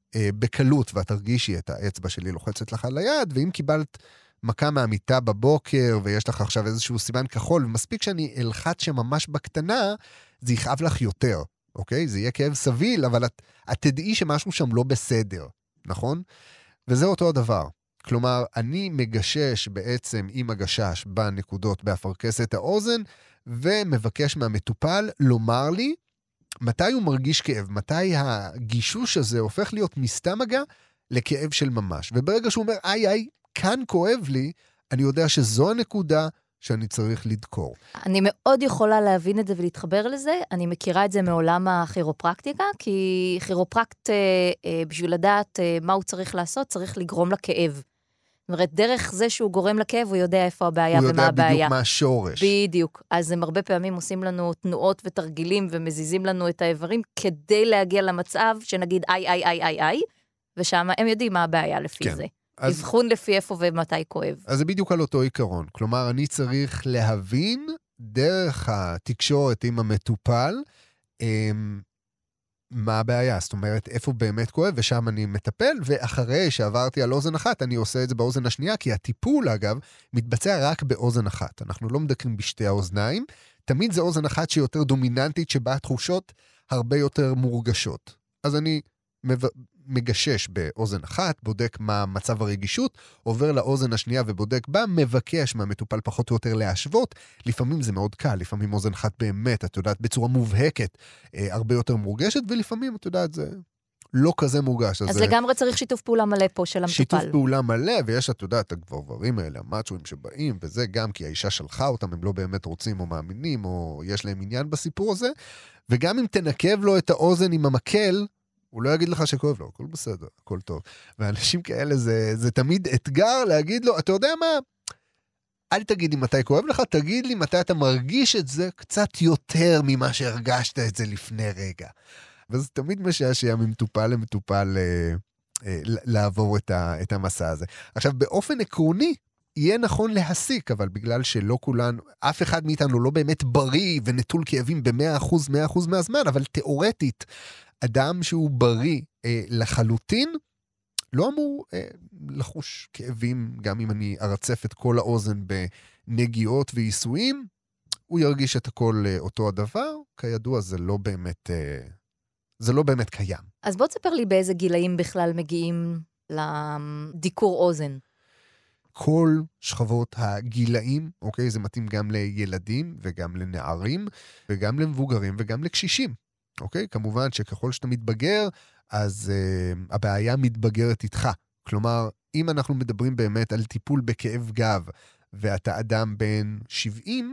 Speaker 3: בקלות, ואת תרגישי את האצבע שלי לוחצת לך על היד, ואם קיבלת מכה מהמיטה בבוקר, ויש לך עכשיו איזשהו סימן כחול, ומספיק שאני אלחץ שממש בקטנה, זה יכאב לך יותר, אוקיי? זה יהיה כאב סביל, אבל את תדעי שמשהו שם לא בסדר, נכון? וזה אותו הדבר. כלומר, אני מגשש בעצם עם הגשש בנקודות באפרכסת האוזן, ומבקש מהמטופל לומר לי מתי הוא מרגיש כאב, מתי הגישוש הזה הופך להיות מסתם מגע לכאב של ממש. וברגע שהוא אומר, איי, כאן כואב לי, אני יודע שזו הנקודה שאני צריך לדקור.
Speaker 4: אני מאוד יכולה להבין את זה ולהתחבר לזה. אני מכירה את זה מעולם הכירופרקטיקה, כי כירופרקט, בשביל לדעת מה הוא צריך לעשות, צריך לגרום לכאב. זאת אומרת, דרך זה שהוא גורם לכאב, הוא יודע איפה הבעיה ומה הבעיה.
Speaker 3: הוא יודע בדיוק מה השורש.
Speaker 4: בדיוק. אז הם הרבה פעמים עושים לנו תנועות ותרגילים, ומזיזים לנו את האיברים, כדי להגיע למצב שנגיד איי, ושם הם יודעים מה הבעיה לפי זה. אבחון לפי איפה ומתי כואב.
Speaker 3: אז זה בדיוק על אותו עיקרון. כלומר, אני צריך להבין דרך התקשורת עם המטופל, מה הבעיה, זאת אומרת, איפה באמת כואב, ושם אני מטפל, ואחרי שעברתי על אוזן אחת, אני עושה את זה באוזן השנייה, כי הטיפול, אגב, מתבצע רק באוזן אחת. אנחנו לא מדקרים בשתי האוזניים, תמיד זה אוזן אחת שיותר דומיננטית, שבה התחושות הרבה יותר מורגשות. אז אני מגשש באוזן אחת, בודק מה מצב הרגישות, עובר לאוזן השנייה ובודק בה, מבקש מהמטופל פחות או יותר להשוות. לפעמים זה מאוד קל, לפעמים אוזן אחת באמת, את יודעת, בצורה מובהקת, הרבה יותר מורגשת, ולפעמים, את יודעת, זה לא כזה מורגש.
Speaker 4: אז לגמרי צריך שיתוף פעולה מלא פה של המטופל.
Speaker 3: שיתוף פעולה מלא, ויש, את יודעת, הגברים האלה, המאצ'ואים שבאים, וזה גם כי האישה שלחה אותם, הם לא באמת רוצים או מאמינים, או יש להם עניין בסיפור הזה, וגם אם תנקב לו את האוזן עם המקל, הוא לא יגיד לך שכואב לו, הכל בסדר, הכל טוב. ואנשים כאלה, זה תמיד אתגר להגיד לו, אתה יודע מה? אל תגיד לי מתי כואב לך, תגיד לי מתי אתה מרגיש את זה קצת יותר ממה שהרגשת את זה לפני רגע. וזה תמיד משעשע ממטופל למטופל לעבור את המסע הזה. עכשיו, באופן עקרוני, יהיה נכון להסיק, אבל בגלל שלא כולן, אף אחד מאיתנו לא באמת בריא ונטול כאבים ב-100% מהזמן, אבל תיאורטית, אדם שהוא בריא לחלוטין, לא אמור לחוש כאבים, גם אם אני ארצף את כל האוזן בנגיעות וייסויים, הוא ירגיש את הכל אותו הדבר, כידוע זה לא באמת קיים.
Speaker 4: אז בוא תספר לי באיזה גילאים בכלל מגיעים לדיקור אוזן.
Speaker 3: כל שכבות הגילאים, אוקיי, זה מתאים גם לילדים וגם לנערים, וגם למבוגרים וגם לקשישים. אוקיי? כמובן שככל שאתה מתבגר, אז הבעיה מתבגרת איתך. כלומר, אם אנחנו מדברים באמת על טיפול בכאב גב, ואתה אדם בן 70,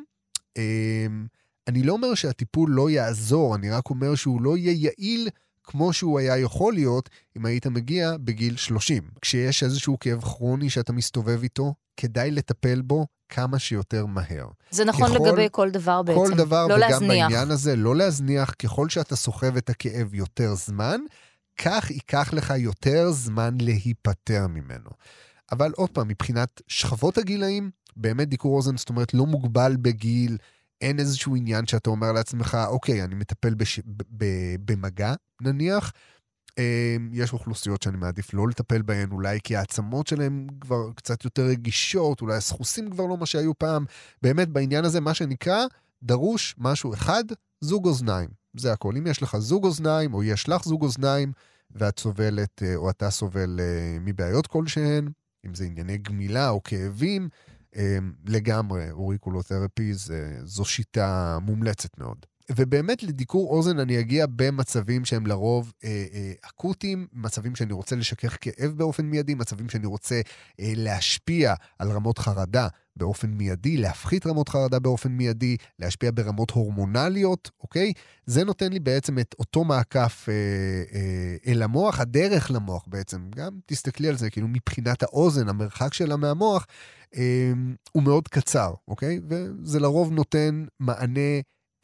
Speaker 3: אני לא אומר שהטיפול לא יעזור, אני רק אומר שהוא לא יהיה יעיל כמו שהוא היה יכול להיות, אם היית מגיע בגיל 30. כשיש איזשהו כאב כרוני שאתה מסתובב איתו, כדאי לטפל בו כמה שיותר מהר.
Speaker 4: זה נכון לגבי כל דבר בעצם.
Speaker 3: כל דבר,
Speaker 4: לא
Speaker 3: וגם
Speaker 4: להזניח.
Speaker 3: בעניין הזה, לא להזניח, ככל שאתה סוחב את הכאב יותר זמן, כך ייקח לך יותר זמן להיפטר ממנו. אבל עוד פעם, מבחינת שכבות הגילאים, באמת דיקור אוזן, זאת אומרת, לא מוגבל בגיל, אין איזשהו עניין שאתה אומר לעצמך, אוקיי, אני מטפל במגע, נניח, יש אוכלוסיות שאני מעדיף לא לטפל בהן, אולי כי העצמות שלהם כבר קצת יותר רגישות, אולי הסחוסים כבר לא מה שהיו פעם, באמת בעניין הזה מה שנקרא, דרוש משהו אחד, זוג אוזניים, זה הכל. אם יש לך זוג אוזניים, או יש לך זוג אוזניים, ואת סובלת, או אתה סובל מבעיות כלשהן, אם זה ענייני גמילה או כאבים, לגמרי, אוריקולותרפי, זו שיטה מומלצת מאוד. ובאמת לדיקור אוזן אני אגיע במצבים שהם לרוב אקוטיים, מצבים שאני רוצה לשכך כאב באופן מיידי, מצבים שאני רוצה להשפיע על רמות חרדה באופן מיידי, להפחית רמות חרדה באופן מיידי, להשפיע ברמות הורמונליות, אוקיי? זה נותן לי בעצם את אותו מעקף אל המוח, הדרך למוח בעצם, גם תסתכלי על זה, כאילו מבחינת האוזן, המרחק שלה מהמוח, הוא מאוד קצר, אוקיי? וזה לרוב נותן מענה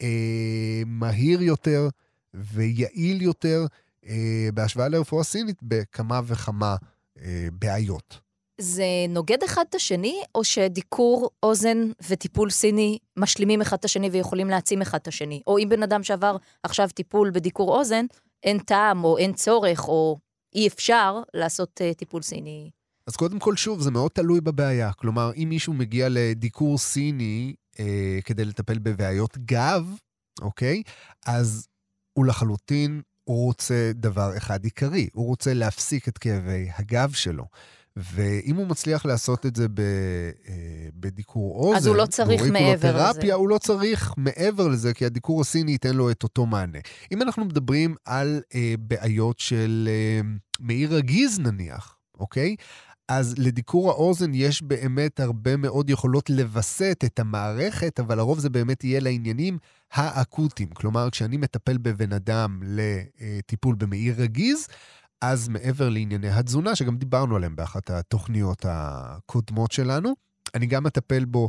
Speaker 3: מהיר יותר ויעיל יותר בהשוואה לרפואה סינית בכמה וכמה בעיות.
Speaker 4: זה נוגד אחד את השני, או שדיקור אוזן וטיפול סיני משלימים אחד את השני ויכולים להעצים אחד את השני? או אם בן אדם שעבר עכשיו טיפול בדיקור אוזן, אין טעם או אין צורך, או אי אפשר לעשות טיפול סיני.
Speaker 3: אז קודם כל, שוב, זה מאוד תלוי בבעיה. כלומר, אם מישהו מגיע לדיקור סיני כדי לטפל בבעיות גב, אוקיי? אז הוא לחלוטין רוצה דבר אחד עיקרי. הוא רוצה להפסיק את כאבי הגב שלו. ואם הוא מצליח לעשות את זה בדיקור אוזן,
Speaker 4: אז הוא לא צריך מעבר לזה.
Speaker 3: הוא לא צריך מעבר לזה, כי הדיקור הסיני ייתן לו את אותו מענה. אם אנחנו מדברים על בעיות של מעי רגיז נניח, אוקיי? אז לדיקור האוזן יש באמת הרבה מאוד יכולות לבסט את המערכת, אבל לרוב זה באמת יהיה לעניינים האקוטיים. כלומר, כשאני מטפל בבן אדם לטיפול במעי רגיז, אז מעבר לענייני התזונה, שגם דיברנו עליהם באחת התוכניות הקודמות שלנו, אני גם מטפל בו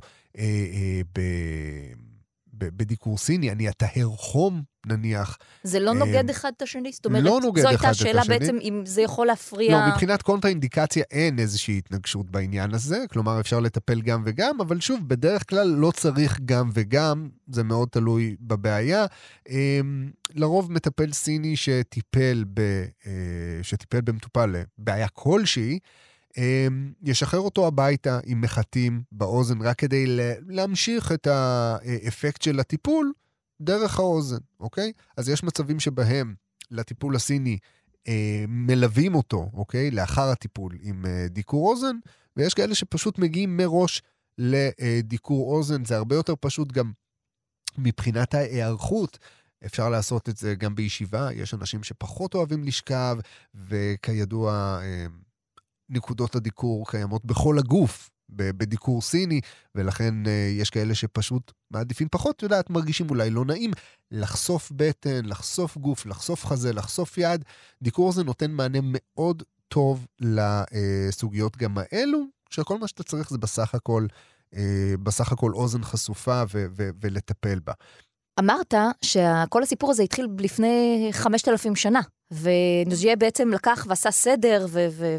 Speaker 3: בדיקור סיני, אני אטהר חום נניח.
Speaker 4: זה לא נוגד אחד את השני? זאת אומרת,
Speaker 3: לא נוגד אחד את השני.
Speaker 4: זו הייתה שאלה בעצם אם זה יכול להפריע...
Speaker 3: לא, מבחינת קונטרה-אינדיקציה אין איזושהי התנגשות בעניין הזה, כלומר אפשר לטפל גם וגם, אבל שוב, בדרך כלל לא צריך גם וגם, זה מאוד תלוי בבעיה. לרוב מטפל סיני שטיפל במטופל לבעיה כלשהי, ישחרר אותו הביתה עם מחטים באוזן, רק כדי להמשיך את האפקט של הטיפול דרך האוזן, אוקיי? אז יש מצבים שבהם לטיפול הסיני מלווים אותו, אוקיי? לאחר הטיפול עם דיקור אוזן, ויש כאלה שפשוט מגיעים מראש לדיקור אוזן, זה הרבה יותר פשוט גם מבחינת ההיערכות, אפשר לעשות את זה גם בישיבה, יש אנשים שפחות אוהבים לשכב, וכידוע... נקודות הדיקור קיימות בכל הגוף, בדיקור סיני, ולכן יש כאלה שפשוט מעדיפים פחות, יודעת, מרגישים אולי לא נעים, לחשוף בטן, לחשוף גוף, לחשוף חזה, לחשוף יד. דיקור זה נותן מענה מאוד טוב לסוגיות גם האלו, שכל מה שאתה צריך זה בסך הכל אוזן חשופה ולטפל בה.
Speaker 4: אמרת שכל הסיפור הזה התחיל לפני 5,000 שנה, ונוז'יה בעצם לקח ועשה סדר,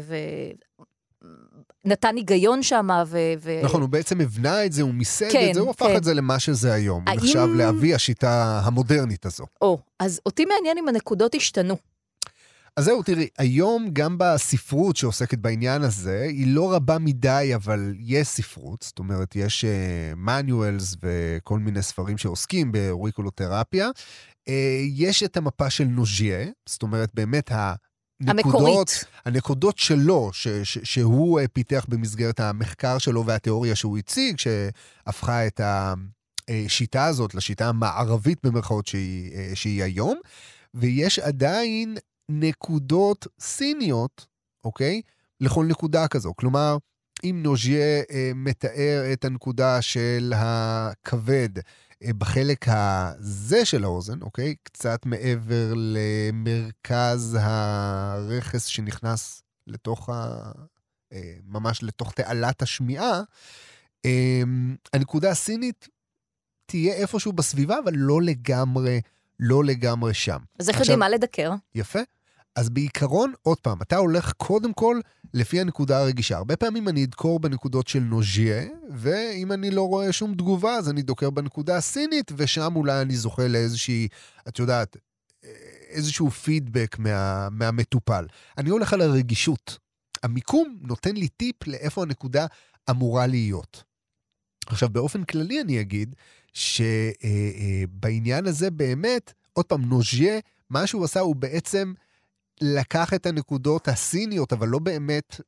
Speaker 4: ונתן היגיון שם,
Speaker 3: נכון, הוא בעצם הבנה את זה, הוא מיסד את זה, הוא הפך את זה למה שזה היום. הוא נחשב להביא השיטה המודרנית הזו.
Speaker 4: אז אותי מעניין אם הנקודות השתנו.
Speaker 3: אז זהו, תראי, היום גם בספרות שעוסקת בעניין הזה, היא לא רבה מדי, אבל יש ספרות, זאת אומרת, יש manuals וכל מיני ספרים שעוסקים באוריקולותרפיה. יש את המפה של נוז'יה, זאת אומרת, באמת הנקודות שלו, שהוא פיתח במסגרת המחקר שלו והתיאוריה שהוא הציג, שהפכה את השיטה הזאת לשיטה המערבית במרכאות שהיא היום, ויש עדיין נקודות סיניות, אוקיי? לכל נקודה כזו. כלומר, אם נוז'יה מתאר את הנקודה של הכבד בחלק הזה של האוזן, אוקיי? קצת מעבר למרכז הרכס שנכנס לתוך ממש לתוך תעלת השמיעה, הנקודה הסינית תהיה איפשהו בסביבה, אבל לא לגמרי שם.
Speaker 4: אז איך יודעים מה לדקר?
Speaker 3: יפה. אז בעיקרון, עוד פעם, אתה הולך קודם כל לפי הנקודה הרגישה. הרבה פעמים אני אדקור בנקודות של נוז'יה, ואם אני לא רואה שום תגובה, אז אני דוקר בנקודה הסינית, ושם אולי אני זוכה לאיזושהי, את יודעת, איזשהו פידבק מהמטופל. אני הולך על הרגישות. המיקום נותן לי טיפ לאיפה הנקודה אמורה להיות. עכשיו, באופן כללי אני אגיד, שבעניין הזה באמת, עוד פעם, נוז'יה, מה שהוא עשה הוא בעצם לקח את הנקודות הסיניות, אבל לא באמת,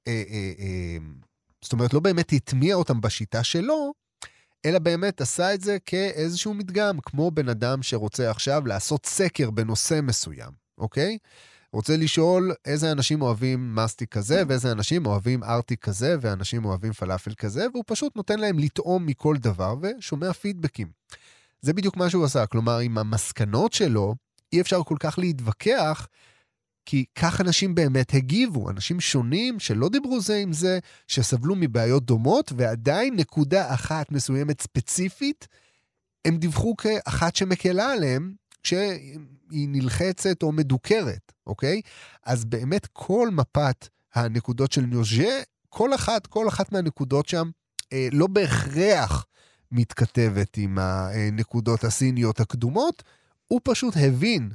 Speaker 3: זאת אומרת, לא באמת התמיע אותם בשיטה שלו, אלא באמת עשה את זה כאיזשהו מדגם, כמו בן אדם שרוצה עכשיו לעשות סקר בנושא מסוים, אוקיי? רוצה לשאול איזה אנשים אוהבים מסטיק כזה, ואיזה אנשים אוהבים ארטיק כזה, ואנשים אוהבים פלאפל כזה, והוא פשוט נותן להם לטעום מכל דבר, ושומע פידבקים. זה בדיוק מה שהוא עשה, כלומר, עם המסקנות שלו, אי אפשר כל כך להתווכח, כי כך אנשים באמת הגיבו, אנשים שונים שלא דיברו זה עם זה, שסבלו מבעיות דומות, ועדיין נקודה אחת מסוימת ספציפית, הם דיווחו כאחת שמקלה עליהם, כשהיא נלחצת או מדוקרת, אוקיי? אז באמת כל מפת הנקודות של נוז'יה, כל אחת מהנקודות שם, לא בהכרח מתכתבת עם הנקודות הסיניות הקדומות, הוא פשוט הבין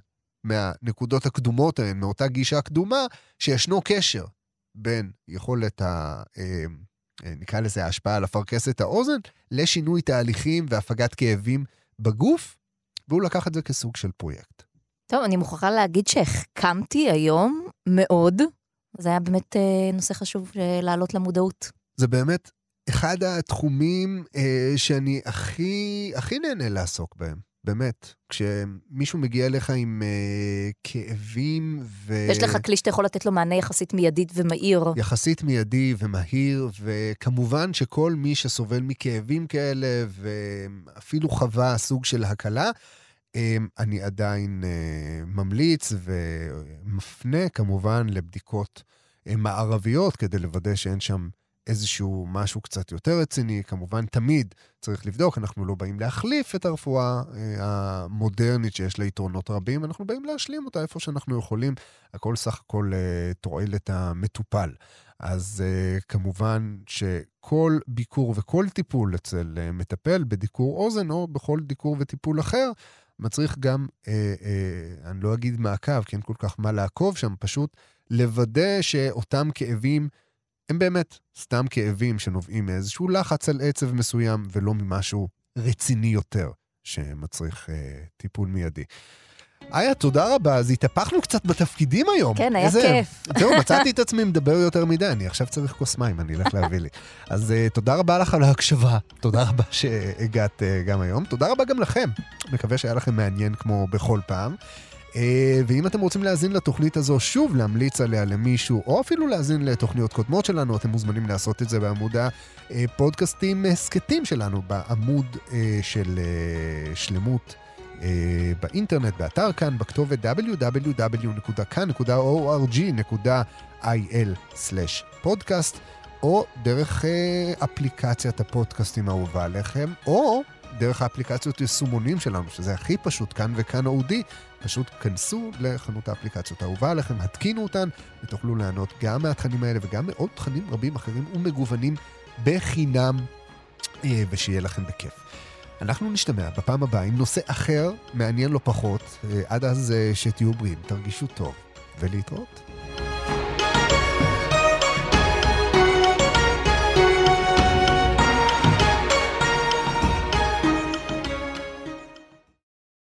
Speaker 3: מהנקודות הקדומות ההן, מאותה גישה קדומה, שישנו קשר בין יכולת נקרא לזה ההשפעה על אפרכסת האוזן, לשינוי תהליכים והפגת כאבים בגוף, והוא לקח את זה כסוג של פרויקט.
Speaker 4: טוב, אני מוכרחה להגיד שהחכמתי היום מאוד, זה היה באמת נושא חשוב לעלות למודעות.
Speaker 3: זה באמת אחד התחומים שאני הכי נהנה לעסוק בהם, באמת. כשמישהו מגיע אליך עם כאבים
Speaker 4: יש לך כלי שאתה יכול לתת לו מענה יחסית מיידית ומהיר.
Speaker 3: יחסית מיידי ומהיר, וכמובן שכל מי שסובל מכאבים כאלה, ואפילו חווה סוג של הקלה, אני עדיין ממליץ ומפנה כמובן לבדיקות מערביות, כדי לוודא שאין שם איזשהו משהו קצת יותר רציני. כמובן תמיד צריך לבדוק, אנחנו לא באים להחליף את הרפואה המודרנית שיש לה יתרונות רבים, אנחנו באים להשלים אותה איפה שאנחנו יכולים, הכל סך הכל תועלת המטופל. אז כמובן שכל ביקור וכל טיפול אצל מטפל בדיקור אוזן או בכל דיקור וטיפול אחר, מצריך גם, אני לא אגיד מעקב, כי אין כל כך מה לעקוב שם, פשוט לוודא שאותם כאבים הם באמת סתם כאבים שנובעים מאיזשהו לחץ על עצב מסוים, ולא ממשהו רציני יותר שמצריך טיפול מיידי. איה, תודה רבה, אז התהפכנו קצת בתפקידים היום.
Speaker 4: כן, היה כיף.
Speaker 3: זהו, מצאתי את עצמי מדבר יותר מדי, אני עכשיו צריך כוס מים, אני אלך להביא לי. אז תודה רבה לך על ההקשבה, תודה רבה שהגעת גם היום, תודה רבה גם לכם, מקווה שהיה לכם מעניין כמו בכל פעם. ואם אתם רוצים להאזין לתוכנית הזו, שוב להמליץ עליה למישהו, או אפילו להאזין לתוכניות קודמות שלנו, אתם מוזמנים לעשות את זה בעמוד הפודקאסטים סקטים שלנו, בעמוד של שלמות באינטרנט, באתר כאן, בכתובת www.kan.org.il/podcast, או דרך אפליקציית הפודקאסטים האהובה עליכם, או דרך האפליקציות יישומונים שלנו, שזה הכי פשוט, כאן וכאן אודי, פשוט כנסו לחנות האפליקציות האהובה עליכם, התקינו אותן, ותוכלו לענות גם מהתכנים האלה, וגם מעוד תכנים רבים אחרים ומגוונים בחינם, ושיהיה לכם בכיף. אנחנו נשתמע בפעם הבאה עם נושא אחר, מעניין לא פחות, עד אז שתהיו בריאים, תרגישו טוב, ולהתראות.